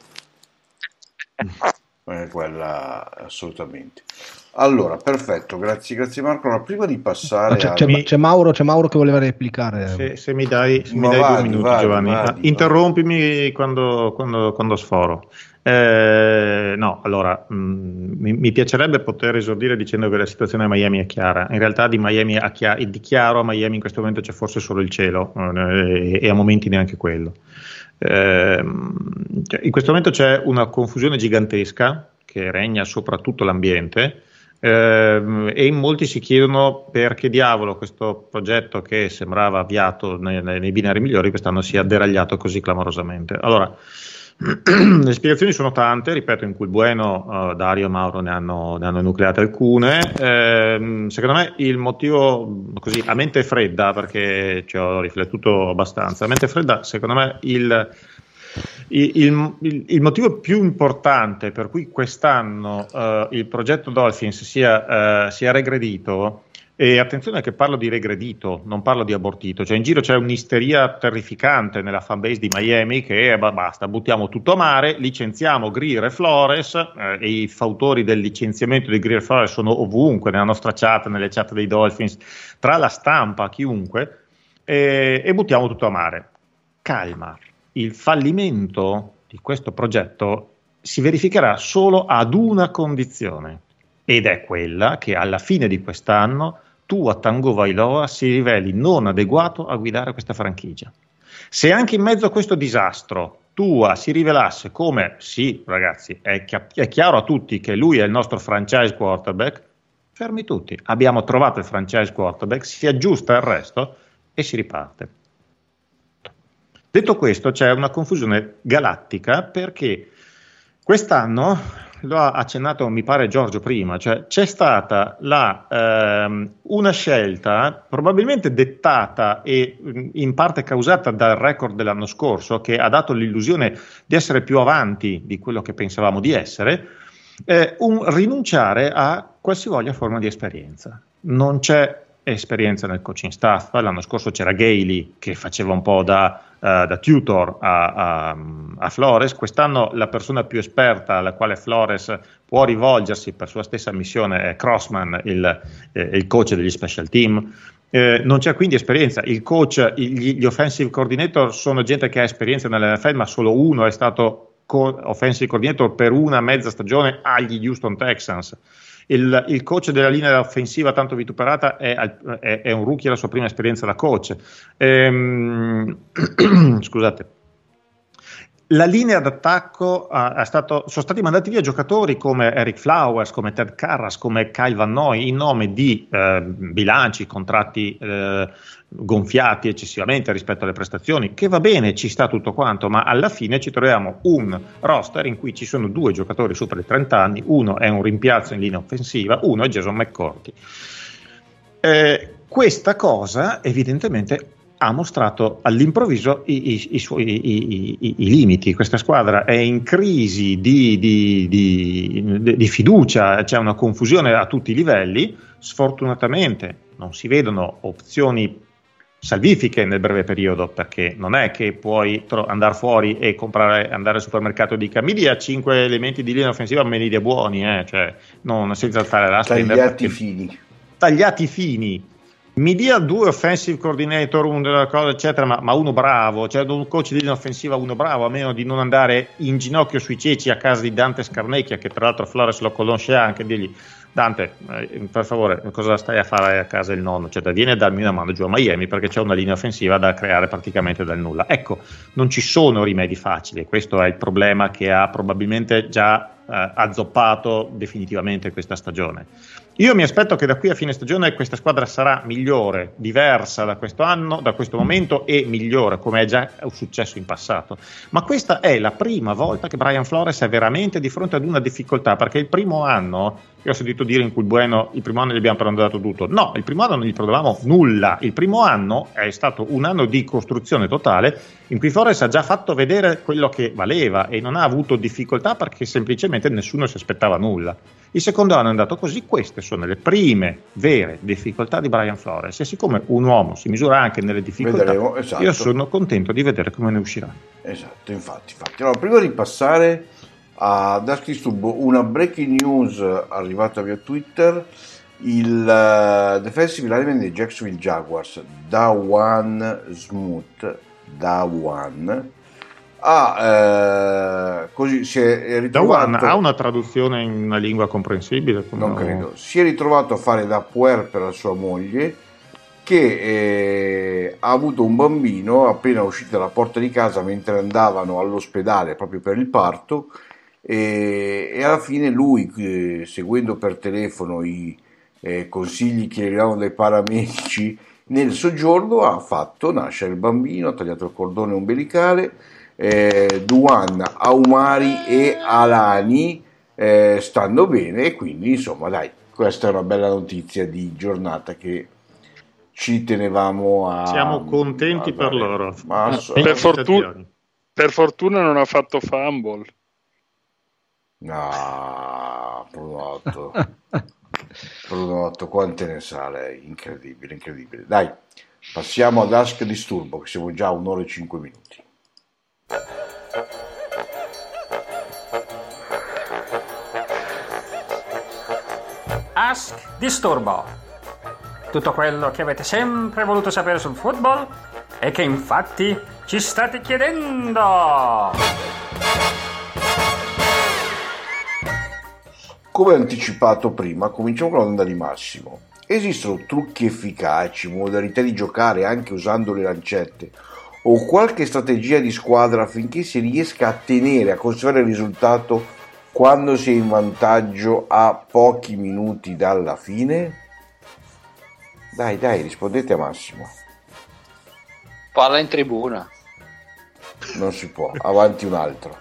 Eh, quella assolutamente. Allora, perfetto, grazie, grazie Marco. Allora, prima di passare c'è, a... c'è, c'è, Mauro, c'è Mauro che voleva replicare. Se, se mi dai, se mi Ma dai vadi, due minuti, vadi, Giovanni, vadi, interrompimi vadi. Quando, quando, quando sforo. Eh, no, allora mh, mi, mi piacerebbe poter esordire dicendo che la situazione a Miami è chiara. In realtà di Miami a chiaro, di chiaro a Miami in questo momento c'è forse solo il cielo, eh, e a momenti neanche quello. Eh, in questo momento c'è una confusione gigantesca che regna sopra tutto l'ambiente, eh, e in molti si chiedono perché diavolo questo progetto che sembrava avviato nei, nei binari migliori quest'anno sia deragliato così clamorosamente. Allora, Le spiegazioni sono tante, ripeto, in cui Bueno, uh, Dario e Mauro ne hanno, ne hanno enucleate alcune. Eh, secondo me il motivo, così a mente fredda, perché ci ho riflettuto abbastanza, a mente fredda, secondo me il, il, il, il motivo più importante per cui quest'anno uh, il progetto Dolphins sia, uh, sia regredito. E attenzione che parlo di regredito, non parlo di abortito, cioè in giro c'è un'isteria terrificante nella fanbase di Miami che bah, basta, buttiamo tutto a mare, licenziamo Greer e Flores, eh, e i fautori del licenziamento di Greer e Flores sono ovunque, nella nostra chat, nelle chat dei Dolphins, tra la stampa, chiunque, e, e buttiamo tutto a mare. Calma, il fallimento di questo progetto si verificherà solo ad una condizione, ed è quella che alla fine di quest'anno Tua Tagovailoa si riveli non adeguato a guidare questa franchigia. Se anche in mezzo a questo disastro Tua si rivelasse come, sì ragazzi, è, chi- è chiaro a tutti che lui è il nostro franchise quarterback, fermi tutti, abbiamo trovato il franchise quarterback, si aggiusta il resto e si riparte. Detto questo, c'è una confusione galattica perché quest'anno, lo ha accennato mi pare Giorgio prima, cioè c'è stata la, ehm, una scelta probabilmente dettata e in parte causata dal record dell'anno scorso, che ha dato l'illusione di essere più avanti di quello che pensavamo di essere, eh, un rinunciare a qualsivoglia forma di esperienza. Non c'è esperienza nel coaching staff. L'anno scorso c'era Gailey che faceva un po' da, uh, da tutor a, a, a Flores. Quest'anno la persona più esperta alla quale Flores può rivolgersi per sua stessa missione è Crossman, il, eh, il coach degli special team. Eh, non c'è quindi esperienza. Il coach, gli, gli offensive coordinator sono gente che ha esperienza nell'N F L, ma solo uno è stato co- offensive coordinator per una mezza stagione agli Houston Texans. Il, il coach della linea offensiva tanto vituperata è, è, è un rookie alla sua prima esperienza da coach. Ehm, scusate. La linea d'attacco ha, ha stato, sono stati mandati via giocatori come Eric Flowers, come Ted Karras, come Kyle Van Noy in nome di eh, bilanci, contratti eh, gonfiati eccessivamente rispetto alle prestazioni, che va bene, ci sta tutto quanto, ma alla fine ci troviamo un roster in cui ci sono due giocatori sopra i trenta anni, uno è un rimpiazzo in linea offensiva, uno è Jason McCourty. Eh, questa cosa evidentemente ha mostrato all'improvviso i, i, i suoi i, i, i limiti. Questa squadra è in crisi di, di, di, di fiducia, c'è una confusione a tutti i livelli. Sfortunatamente non si vedono opzioni salvifiche nel breve periodo, perché non è che puoi tro- andare fuori e comprare, andare al supermercato e dica mi dia cinque elementi di linea offensiva, me li dia buoni, eh? Cioè, non senza alzare la spenda, tagliati fini tagliati fini. Mi dia due offensive coordinator, una cosa eccetera, ma, ma uno bravo, cioè un coach di linea offensiva uno bravo, a meno di non andare in ginocchio sui ceci a casa di Dante Scarnecchia, che tra l'altro Flores lo conosce anche, dirgli Dante, eh, per favore, cosa stai a fare a casa il nonno? Cioè, vieni a darmi una mano giù a Miami perché c'è una linea offensiva da creare praticamente dal nulla. Ecco, non ci sono rimedi facili, questo è il problema che ha probabilmente già eh, azzoppato definitivamente questa stagione. Io mi aspetto che da qui a fine stagione questa squadra sarà migliore, diversa da questo anno, da questo momento, e migliore, come è già successo in passato. Ma questa è la prima volta che Brian Flores è veramente di fronte ad una difficoltà, perché il primo anno, io ho sentito dire in cui Bueno, il primo anno gli abbiamo prenotato tutto. No, il primo anno non gli prenotavamo nulla. Il primo anno è stato un anno di costruzione totale, in cui Flores ha già fatto vedere quello che valeva e non ha avuto difficoltà perché semplicemente nessuno si aspettava nulla. Il secondo anno è andato così. Queste sono le prime vere difficoltà di Brian Flores, e siccome un uomo si misura anche nelle difficoltà, Vedremo, esatto. Io sono contento di vedere come ne uscirà. Esatto, infatti, infatti. Allora, prima di passare a Dask Disturbo, una breaking news arrivata via Twitter: il uh, defensive lineman dei Jacksonville Jaguars, Dawan Smoot, Dawan ha eh, così si è ritrovato. Dawan ha una traduzione in una lingua comprensibile? Non no. credo. Si è ritrovato a fare da puer per la sua moglie, che eh, ha avuto un bambino appena uscito dalla porta di casa mentre andavano all'ospedale proprio per il parto, e, e alla fine lui, eh, seguendo per telefono i eh, consigli che arrivavano dai paramedici nel soggiorno, ha fatto nascere il bambino, ha tagliato il cordone ombelicale, eh, Duan, Aumari e Alani eh, stanno bene, e quindi insomma dai, questa è una bella notizia di giornata che ci tenevamo a... Siamo contenti a per loro. Ma per, fortuna, per fortuna non ha fatto fumble. No, Brunotto. Brunotto, quante ne sa lei? Incredibile, incredibile. Dai, passiamo ad Ask Disturbo, che siamo già a un'ora e cinque minuti. Ask Disturbo. Tutto quello che avete sempre voluto sapere sul football e che infatti ci state chiedendo. Come anticipato prima, cominciamo con la domanda di Massimo. Esistono trucchi efficaci, modalità di giocare anche usando le lancette, o qualche strategia di squadra affinché si riesca a tenere, a conservare il risultato quando si è in vantaggio a pochi minuti dalla fine? Dai, dai, rispondete a Massimo. Parla in tribuna. Non si può, avanti un altro.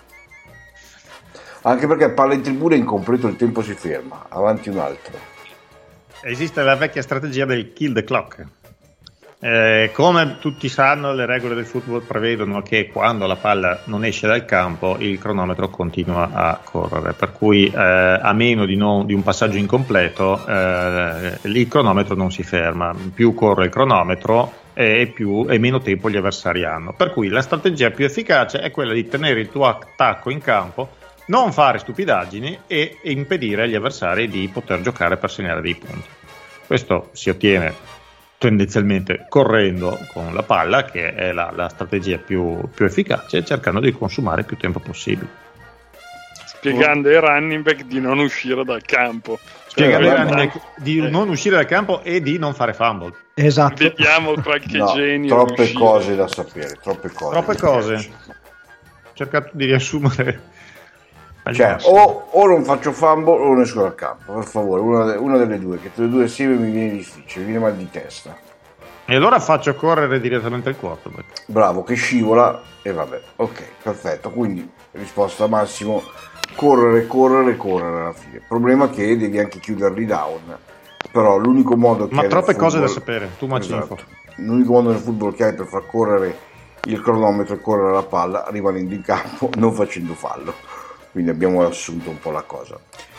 Anche perché palla in tribuna è incompleto, il tempo si ferma. Avanti un altro. Esiste la vecchia strategia del kill the clock. Eh, come tutti sanno, le regole del football prevedono che quando la palla non esce dal campo il cronometro continua a correre, per cui eh, a meno di, non, di un passaggio incompleto eh, il cronometro non si ferma. Più corre il cronometro e, più, e meno tempo gli avversari hanno. Per cui la strategia più efficace è quella di tenere il tuo attacco in campo, non fare stupidaggini e impedire agli avversari di poter giocare per segnare dei punti. Questo si ottiene tendenzialmente correndo con la palla, che è la, la strategia più, più efficace, cercando di consumare più tempo possibile. Spiegando ai running back di non uscire dal campo. Spiegando ai running back di eh. non uscire dal campo e di non fare fumble. Esatto. Vediamo qualche no, genio. Troppe uscire. cose da sapere, troppe cose. Troppe cose. Ho cercato di riassumere. Cioè, o, o non faccio fumble o non esco dal campo, per favore, una, de- una delle due, che tutte e due assieme mi viene difficile, mi viene mal di testa. E allora faccio correre direttamente il quarterback. Bravo, che scivola, e vabbè, ok, perfetto. Quindi risposta Massimo: correre, correre, correre alla fine. Problema che devi anche chiuderli down, però l'unico modo che ma hai troppe football, cose da sapere, tu much esatto, info. l'unico modo nel football che hai per far correre il cronometro è correre la palla rimanendo in campo, non facendo fallo. Quindi abbiamo assunto un po' la cosa.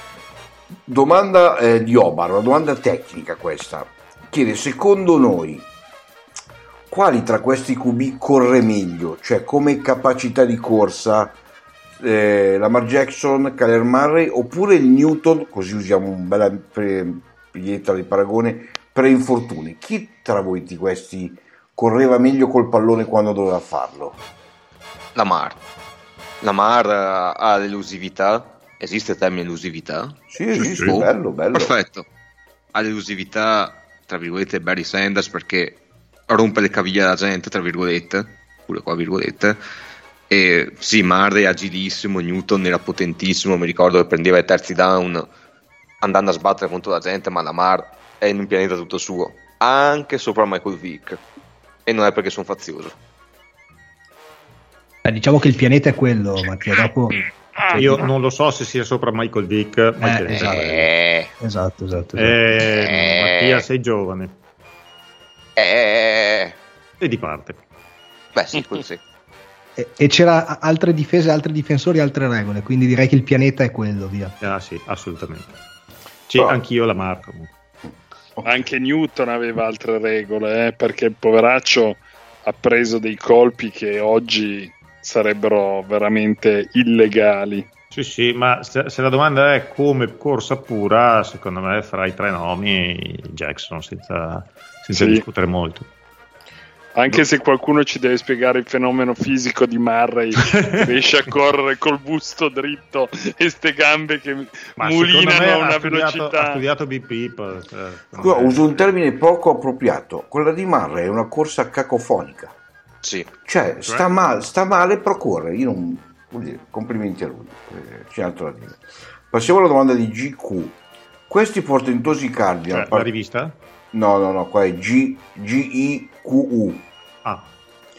Domanda eh, di Obar, una domanda tecnica questa. Chiede: secondo noi quali tra questi Q B corre meglio? Cioè come capacità di corsa, eh, Lamar Jackson, Kyler Murray, oppure il Newton, così usiamo un bella pietra di paragone, pre-infortuni. Chi tra voi di questi correva meglio col pallone quando doveva farlo? Lamar. Lamar ha l'elusività. Esiste il termine elusività? Sì, esiste, oh, bello, bello. Perfetto. Ha l'elusività, tra virgolette, Barry Sanders, perché rompe le caviglie alla gente, tra virgolette, pure qua virgolette. E sì, Murray è agilissimo, Newton era potentissimo, mi ricordo che prendeva i terzi down andando a sbattere contro la gente, ma Lamar è in un pianeta tutto suo, anche sopra Michael Vick. E non è perché sono fazioso. Eh, diciamo che il pianeta è quello, Mattia. Dopo io non lo so se sia sopra Michael Vick, ma eh, esatto. Eh. esatto, esatto, esatto. Eh, Eh. Mattia, sei giovane Eh. e di parte. Beh sì, quello sì. E, e c'era altre difese, altri difensori, altre regole, quindi direi che il pianeta è quello, via. Ah sì, assolutamente. Sì, Oh. anch'io la marco. Anche Newton aveva altre regole, eh, perché il poveraccio ha preso dei colpi che oggi sarebbero veramente illegali. Sì, sì, ma se, se la domanda è come corsa pura, secondo me fra i tre nomi Jackson, senza, senza Sì. discutere molto. Anche se qualcuno ci deve spiegare il fenomeno fisico di Murray, riesce a correre col busto dritto e ste gambe che Ma mulinano a una ha studiato, velocità. ha studiato B P. Cioè, Scusa, uso un termine poco appropriato. Quella di Murray è una corsa cacofonica. Sì. Cioè, sta, mal, sta male, però corre. Io non, vuol dire, complimenti a lui. Eh, C'è altro da dire. Passiamo alla domanda di G Q. Questi portentosi Cardinal. Cioè, la rivista? No, no, no, qua è G, G I Q U. Ah.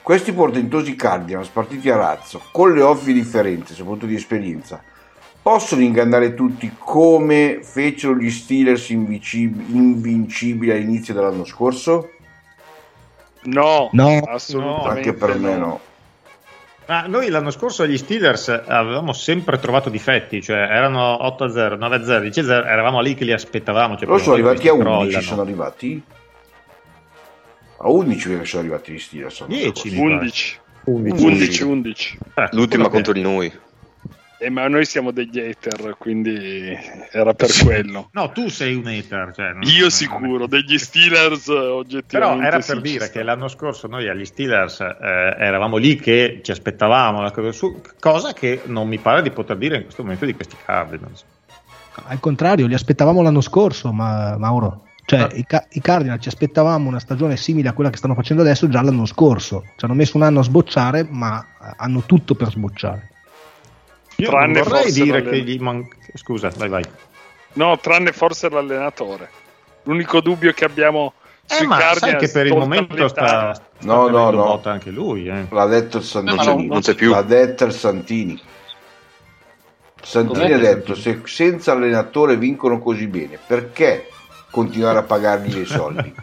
Questi portentosi Cardinals partiti a razzo, con le ovvie differenze, soprattutto di esperienza, possono ingannare tutti come fecero gli Steelers invincib- invincibili all'inizio dell'anno scorso? No, no, assolutamente anche per me no. Ma noi l'anno scorso agli Steelers avevamo sempre trovato difetti, cioè erano otto a zero, nove a zero, dieci a zero, eravamo lì che li aspettavamo. Cioè Loro sono arrivati a undici, crollano. sono arrivati? A undici perché sono arrivati gli Steelers. dieci, undici. undici undici. Eh, L'ultima contro di noi. Eh, ma noi siamo degli hater, quindi era per quello. No, tu sei un hater. Cioè, non, Io sicuro, degli Steelers oggettivamente. Però era sì, per dire che l'anno scorso noi agli Steelers eh, eravamo lì che ci aspettavamo la cosa, su, cosa che non mi pare di poter dire in questo momento di questi Cardinals. Al contrario, li aspettavamo l'anno scorso, ma Mauro. Cioè, ah. i, i Cardinals ci aspettavamo una stagione simile a quella che stanno facendo adesso già l'anno scorso. Ci hanno messo un anno a sbocciare, ma hanno tutto per sbocciare. Io tranne non vorrei dire che gli manca. Scusa, vai, vai. No, tranne forse l'allenatore. L'unico dubbio che abbiamo eh, sui ma Cardinals, sai che per il momento sta, sta no, no, no. anche lui. Eh. L'ha detto il Santini. No, non c'è più. L'ha detto il Santini. Santini Com'è? ha detto: se senza allenatore vincono così bene, perché continuare a pagargli dei soldi?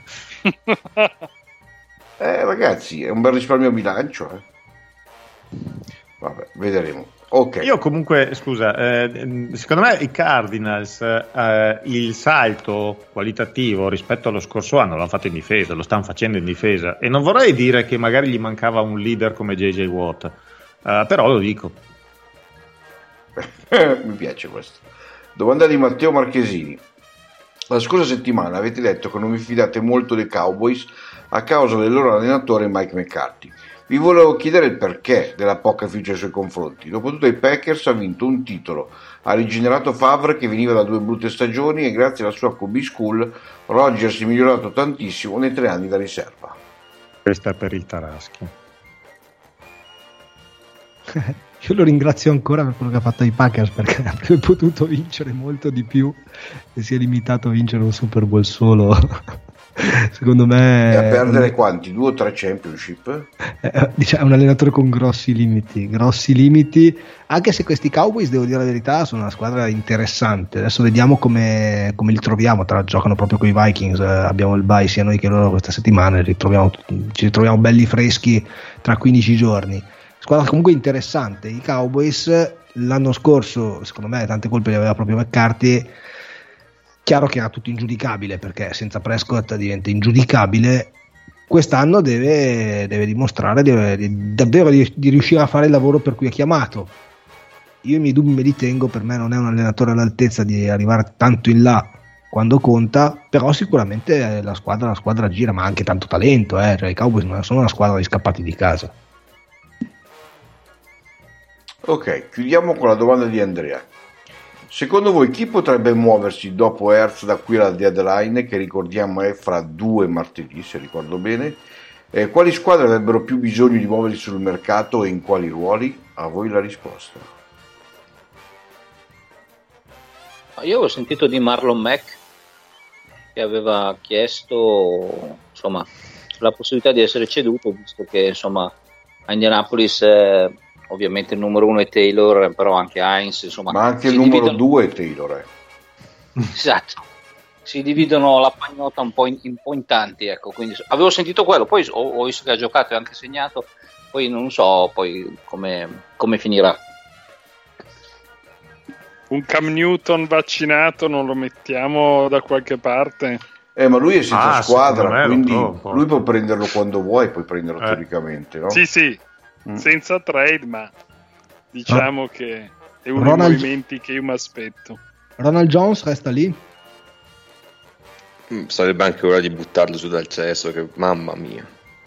eh, ragazzi, è un bel risparmio a bilancio. Eh. Vabbè, vedremo. Okay. Io comunque, scusa, eh, secondo me i Cardinals eh, il salto qualitativo rispetto allo scorso anno l'hanno fatto in difesa, lo stanno facendo in difesa e non vorrei dire che magari gli mancava un leader come J J Watt, eh, però lo dico. Mi piace questo. Domanda di Matteo Marchesini. La scorsa settimana avete detto che non vi fidate molto dei Cowboys a causa del loro allenatore Mike McCarthy. Vi volevo chiedere il perché della poca fiducia ai suoi confronti. Dopotutto i Packers ha vinto un titolo, ha rigenerato Favre che veniva da due brutte stagioni e grazie alla sua Q B school Rodgers si è migliorato tantissimo nei tre anni da riserva. Questa è per il Taraschi. Io lo ringrazio ancora per quello che ha fatto ai Packers perché avrebbe potuto vincere molto di più e si è limitato a vincere un Super Bowl solo. Secondo me e a perdere quanti? Due o tre championship? Eh, diciamo, è un allenatore con grossi limiti grossi limiti anche se questi Cowboys, devo dire la verità, sono una squadra interessante. Adesso vediamo come, come li troviamo. Tra giocano proprio con i Vikings, eh, abbiamo il bye sia noi che loro questa settimana e ritroviamo, ci ritroviamo belli freschi tra quindici giorni. Squadra comunque interessante. I Cowboys l'anno scorso secondo me tante colpe le aveva proprio McCarthy. Chiaro che era tutto ingiudicabile perché senza Prescott diventa ingiudicabile. Quest'anno deve, deve dimostrare deve, di, davvero di, di riuscire a fare il lavoro per cui è chiamato. Io i miei dubbi me li tengo, per me non è un allenatore all'altezza di arrivare tanto in là quando conta, però sicuramente la squadra, la squadra gira, ma ha anche tanto talento, eh? Cioè, i Cowboys non sono una squadra di scappati di casa. Ok, chiudiamo con la domanda di Andrea. Secondo voi chi potrebbe muoversi dopo Hertz da qui alla deadline, che ricordiamo è fra due martedì, se ricordo bene? Eh, quali squadre avrebbero più bisogno di muoversi sul mercato e in quali ruoli? A voi la risposta. Io avevo sentito di Marlon Mack che aveva chiesto insomma la possibilità di essere ceduto, visto che insomma a Indianapolis eh, ovviamente il numero uno è Taylor, però anche Hines, insomma, ma anche il numero due è Taylor. Eh. Esatto, si dividono la pagnotta un po' in, un po' in tanti, ecco. Quindi avevo sentito quello, poi ho, ho visto che ha giocato e anche segnato, poi non so poi come, come finirà. Un Cam Newton vaccinato non lo mettiamo da qualche parte? Eh, ma lui è senza ah, squadra, quindi lui può prenderlo quando vuoi, puoi prenderlo eh. teoricamente, no? Sì, sì. Mm. Senza trade, ma diciamo ah. che è uno Ronald... dei movimenti che io mi aspetto. Ronald Jones resta lì? Mm, sarebbe anche ora di buttarlo su dal cesso, che mamma mia.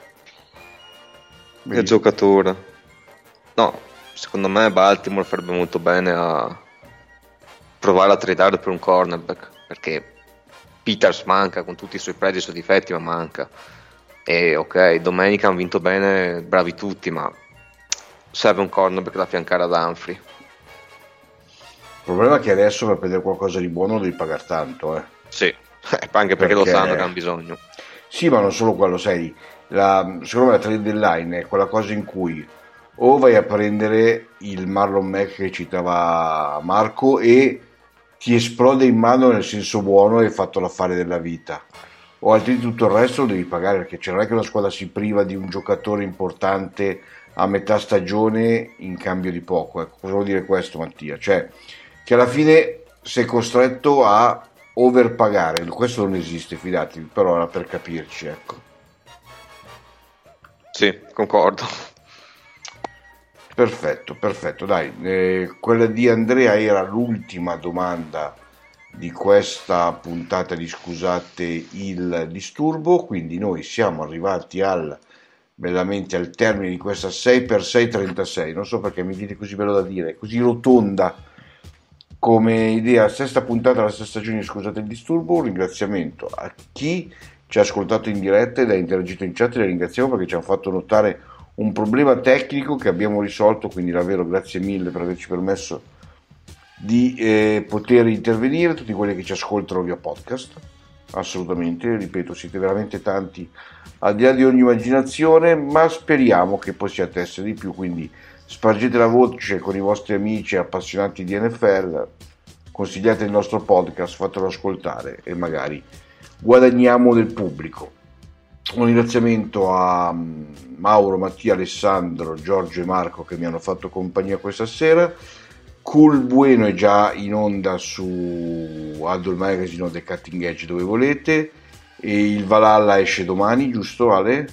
Beh. Che giocatore. No, secondo me Baltimore farebbe molto bene a provare a tradare per un cornerback, perché Peters manca con tutti i suoi pregi e i suoi difetti, ma manca. E ok, domenica hanno vinto bene, bravi tutti, ma serve un cornerback da affiancare ad Humphrey. Il problema è che adesso per prendere qualcosa di buono devi pagare tanto, eh. Sì, anche perché, perché lo sanno che hanno bisogno. Sì, ma non solo quello, sai, la, secondo me la trade deadline è quella cosa in cui o vai a prendere il Marlon Mack che citava Marco e ti esplode in mano nel senso buono e hai fatto l'affare della vita, o altrimenti tutto il resto lo devi pagare, perché cioè, non è che una squadra si priva di un giocatore importante a metà stagione in cambio di poco. Ecco, cosa vuol dire questo, Mattia? Cioè che alla fine sei costretto a overpagare, questo non esiste, fidatevi, però era per capirci, ecco. Sì, concordo. Perfetto, perfetto, dai, eh, quella di Andrea era l'ultima domanda di questa puntata di Scusate il disturbo, quindi noi siamo arrivati al bellamente al termine di questa sei per sei trentasei, non so perché mi viene così bello da dire, così rotonda come idea, sesta puntata della sesta stagione di Scusate il disturbo. Un ringraziamento a chi ci ha ascoltato in diretta ed ha interagito in chat, le ringraziamo perché ci hanno fatto notare un problema tecnico che abbiamo risolto, quindi davvero grazie mille per averci permesso di eh, poter intervenire, tutti quelli che ci ascoltano via podcast, assolutamente, ripeto, siete veramente tanti al di là di ogni immaginazione, ma speriamo che possiate essere di più, quindi spargete la voce con i vostri amici appassionati di N F L, consigliate il nostro podcast, fatelo ascoltare e magari guadagniamo del pubblico. Un ringraziamento a Mauro, Mattia, Alessandro, Giorgio e Marco che mi hanno fatto compagnia questa sera. Cool Bueno è già in onda su Adult Magazine o The Cutting Edge, dove volete, e il Valhalla esce domani, giusto Ale?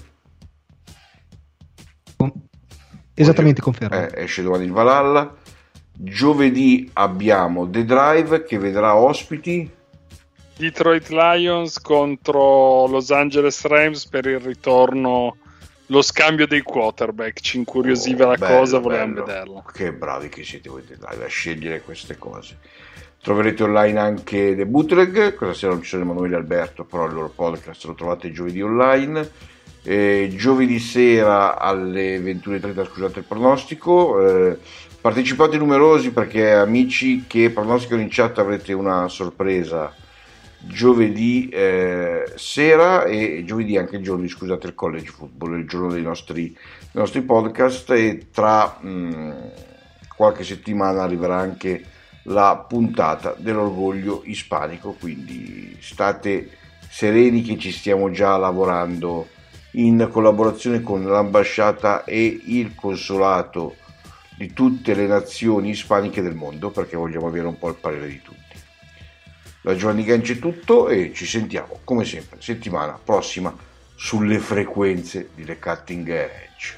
Esattamente, confermo. Eh, esce domani il Valhalla. Giovedì abbiamo The Drive che vedrà ospiti Detroit Lions contro Los Angeles Rams per il ritorno, lo scambio dei quarterback. Ci incuriosiva oh, la bello, cosa, volevamo bello. vederla. Che bravi che siete voi a scegliere queste cose. Troverete online anche The Bootleg, questa sera non ci sono Emanuele e Alberto, però il loro podcast lo trovate giovedì online. Eh, giovedì sera alle ventuno e trenta, scusate il pronostico. Eh, partecipate numerosi perché amici che pronosticano in chat avrete una sorpresa giovedì eh, sera e giovedì anche il giorno di scusate il college football, il giorno dei nostri, dei nostri podcast, e tra mh, qualche settimana arriverà anche la puntata dell'orgoglio ispanico, quindi state sereni che ci stiamo già lavorando in collaborazione con l'ambasciata e il consolato di tutte le nazioni ispaniche del mondo, perché vogliamo avere un po' il parere di tutti. Da Giovanni Ganci è tutto e ci sentiamo come sempre settimana prossima sulle frequenze di The Cutting Edge.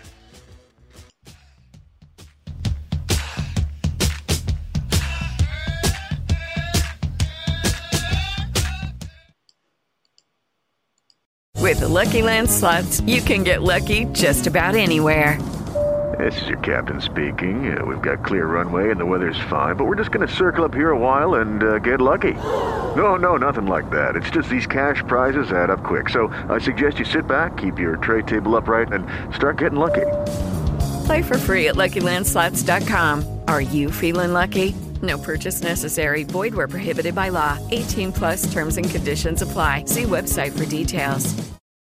With the Lucky Land Slots, you can get lucky just about anywhere. This is your captain speaking. Uh, we've got clear runway and the weather's fine, but we're just going to circle up here a while and uh, get lucky. No, no, nothing like that. It's just these cash prizes add up quick. So I suggest you sit back, keep your tray table upright, and start getting lucky. Play for free at Lucky Land Slots dot com. Are you feeling lucky? No purchase necessary. Void where prohibited by law. eighteen plus terms and conditions apply. See website for details.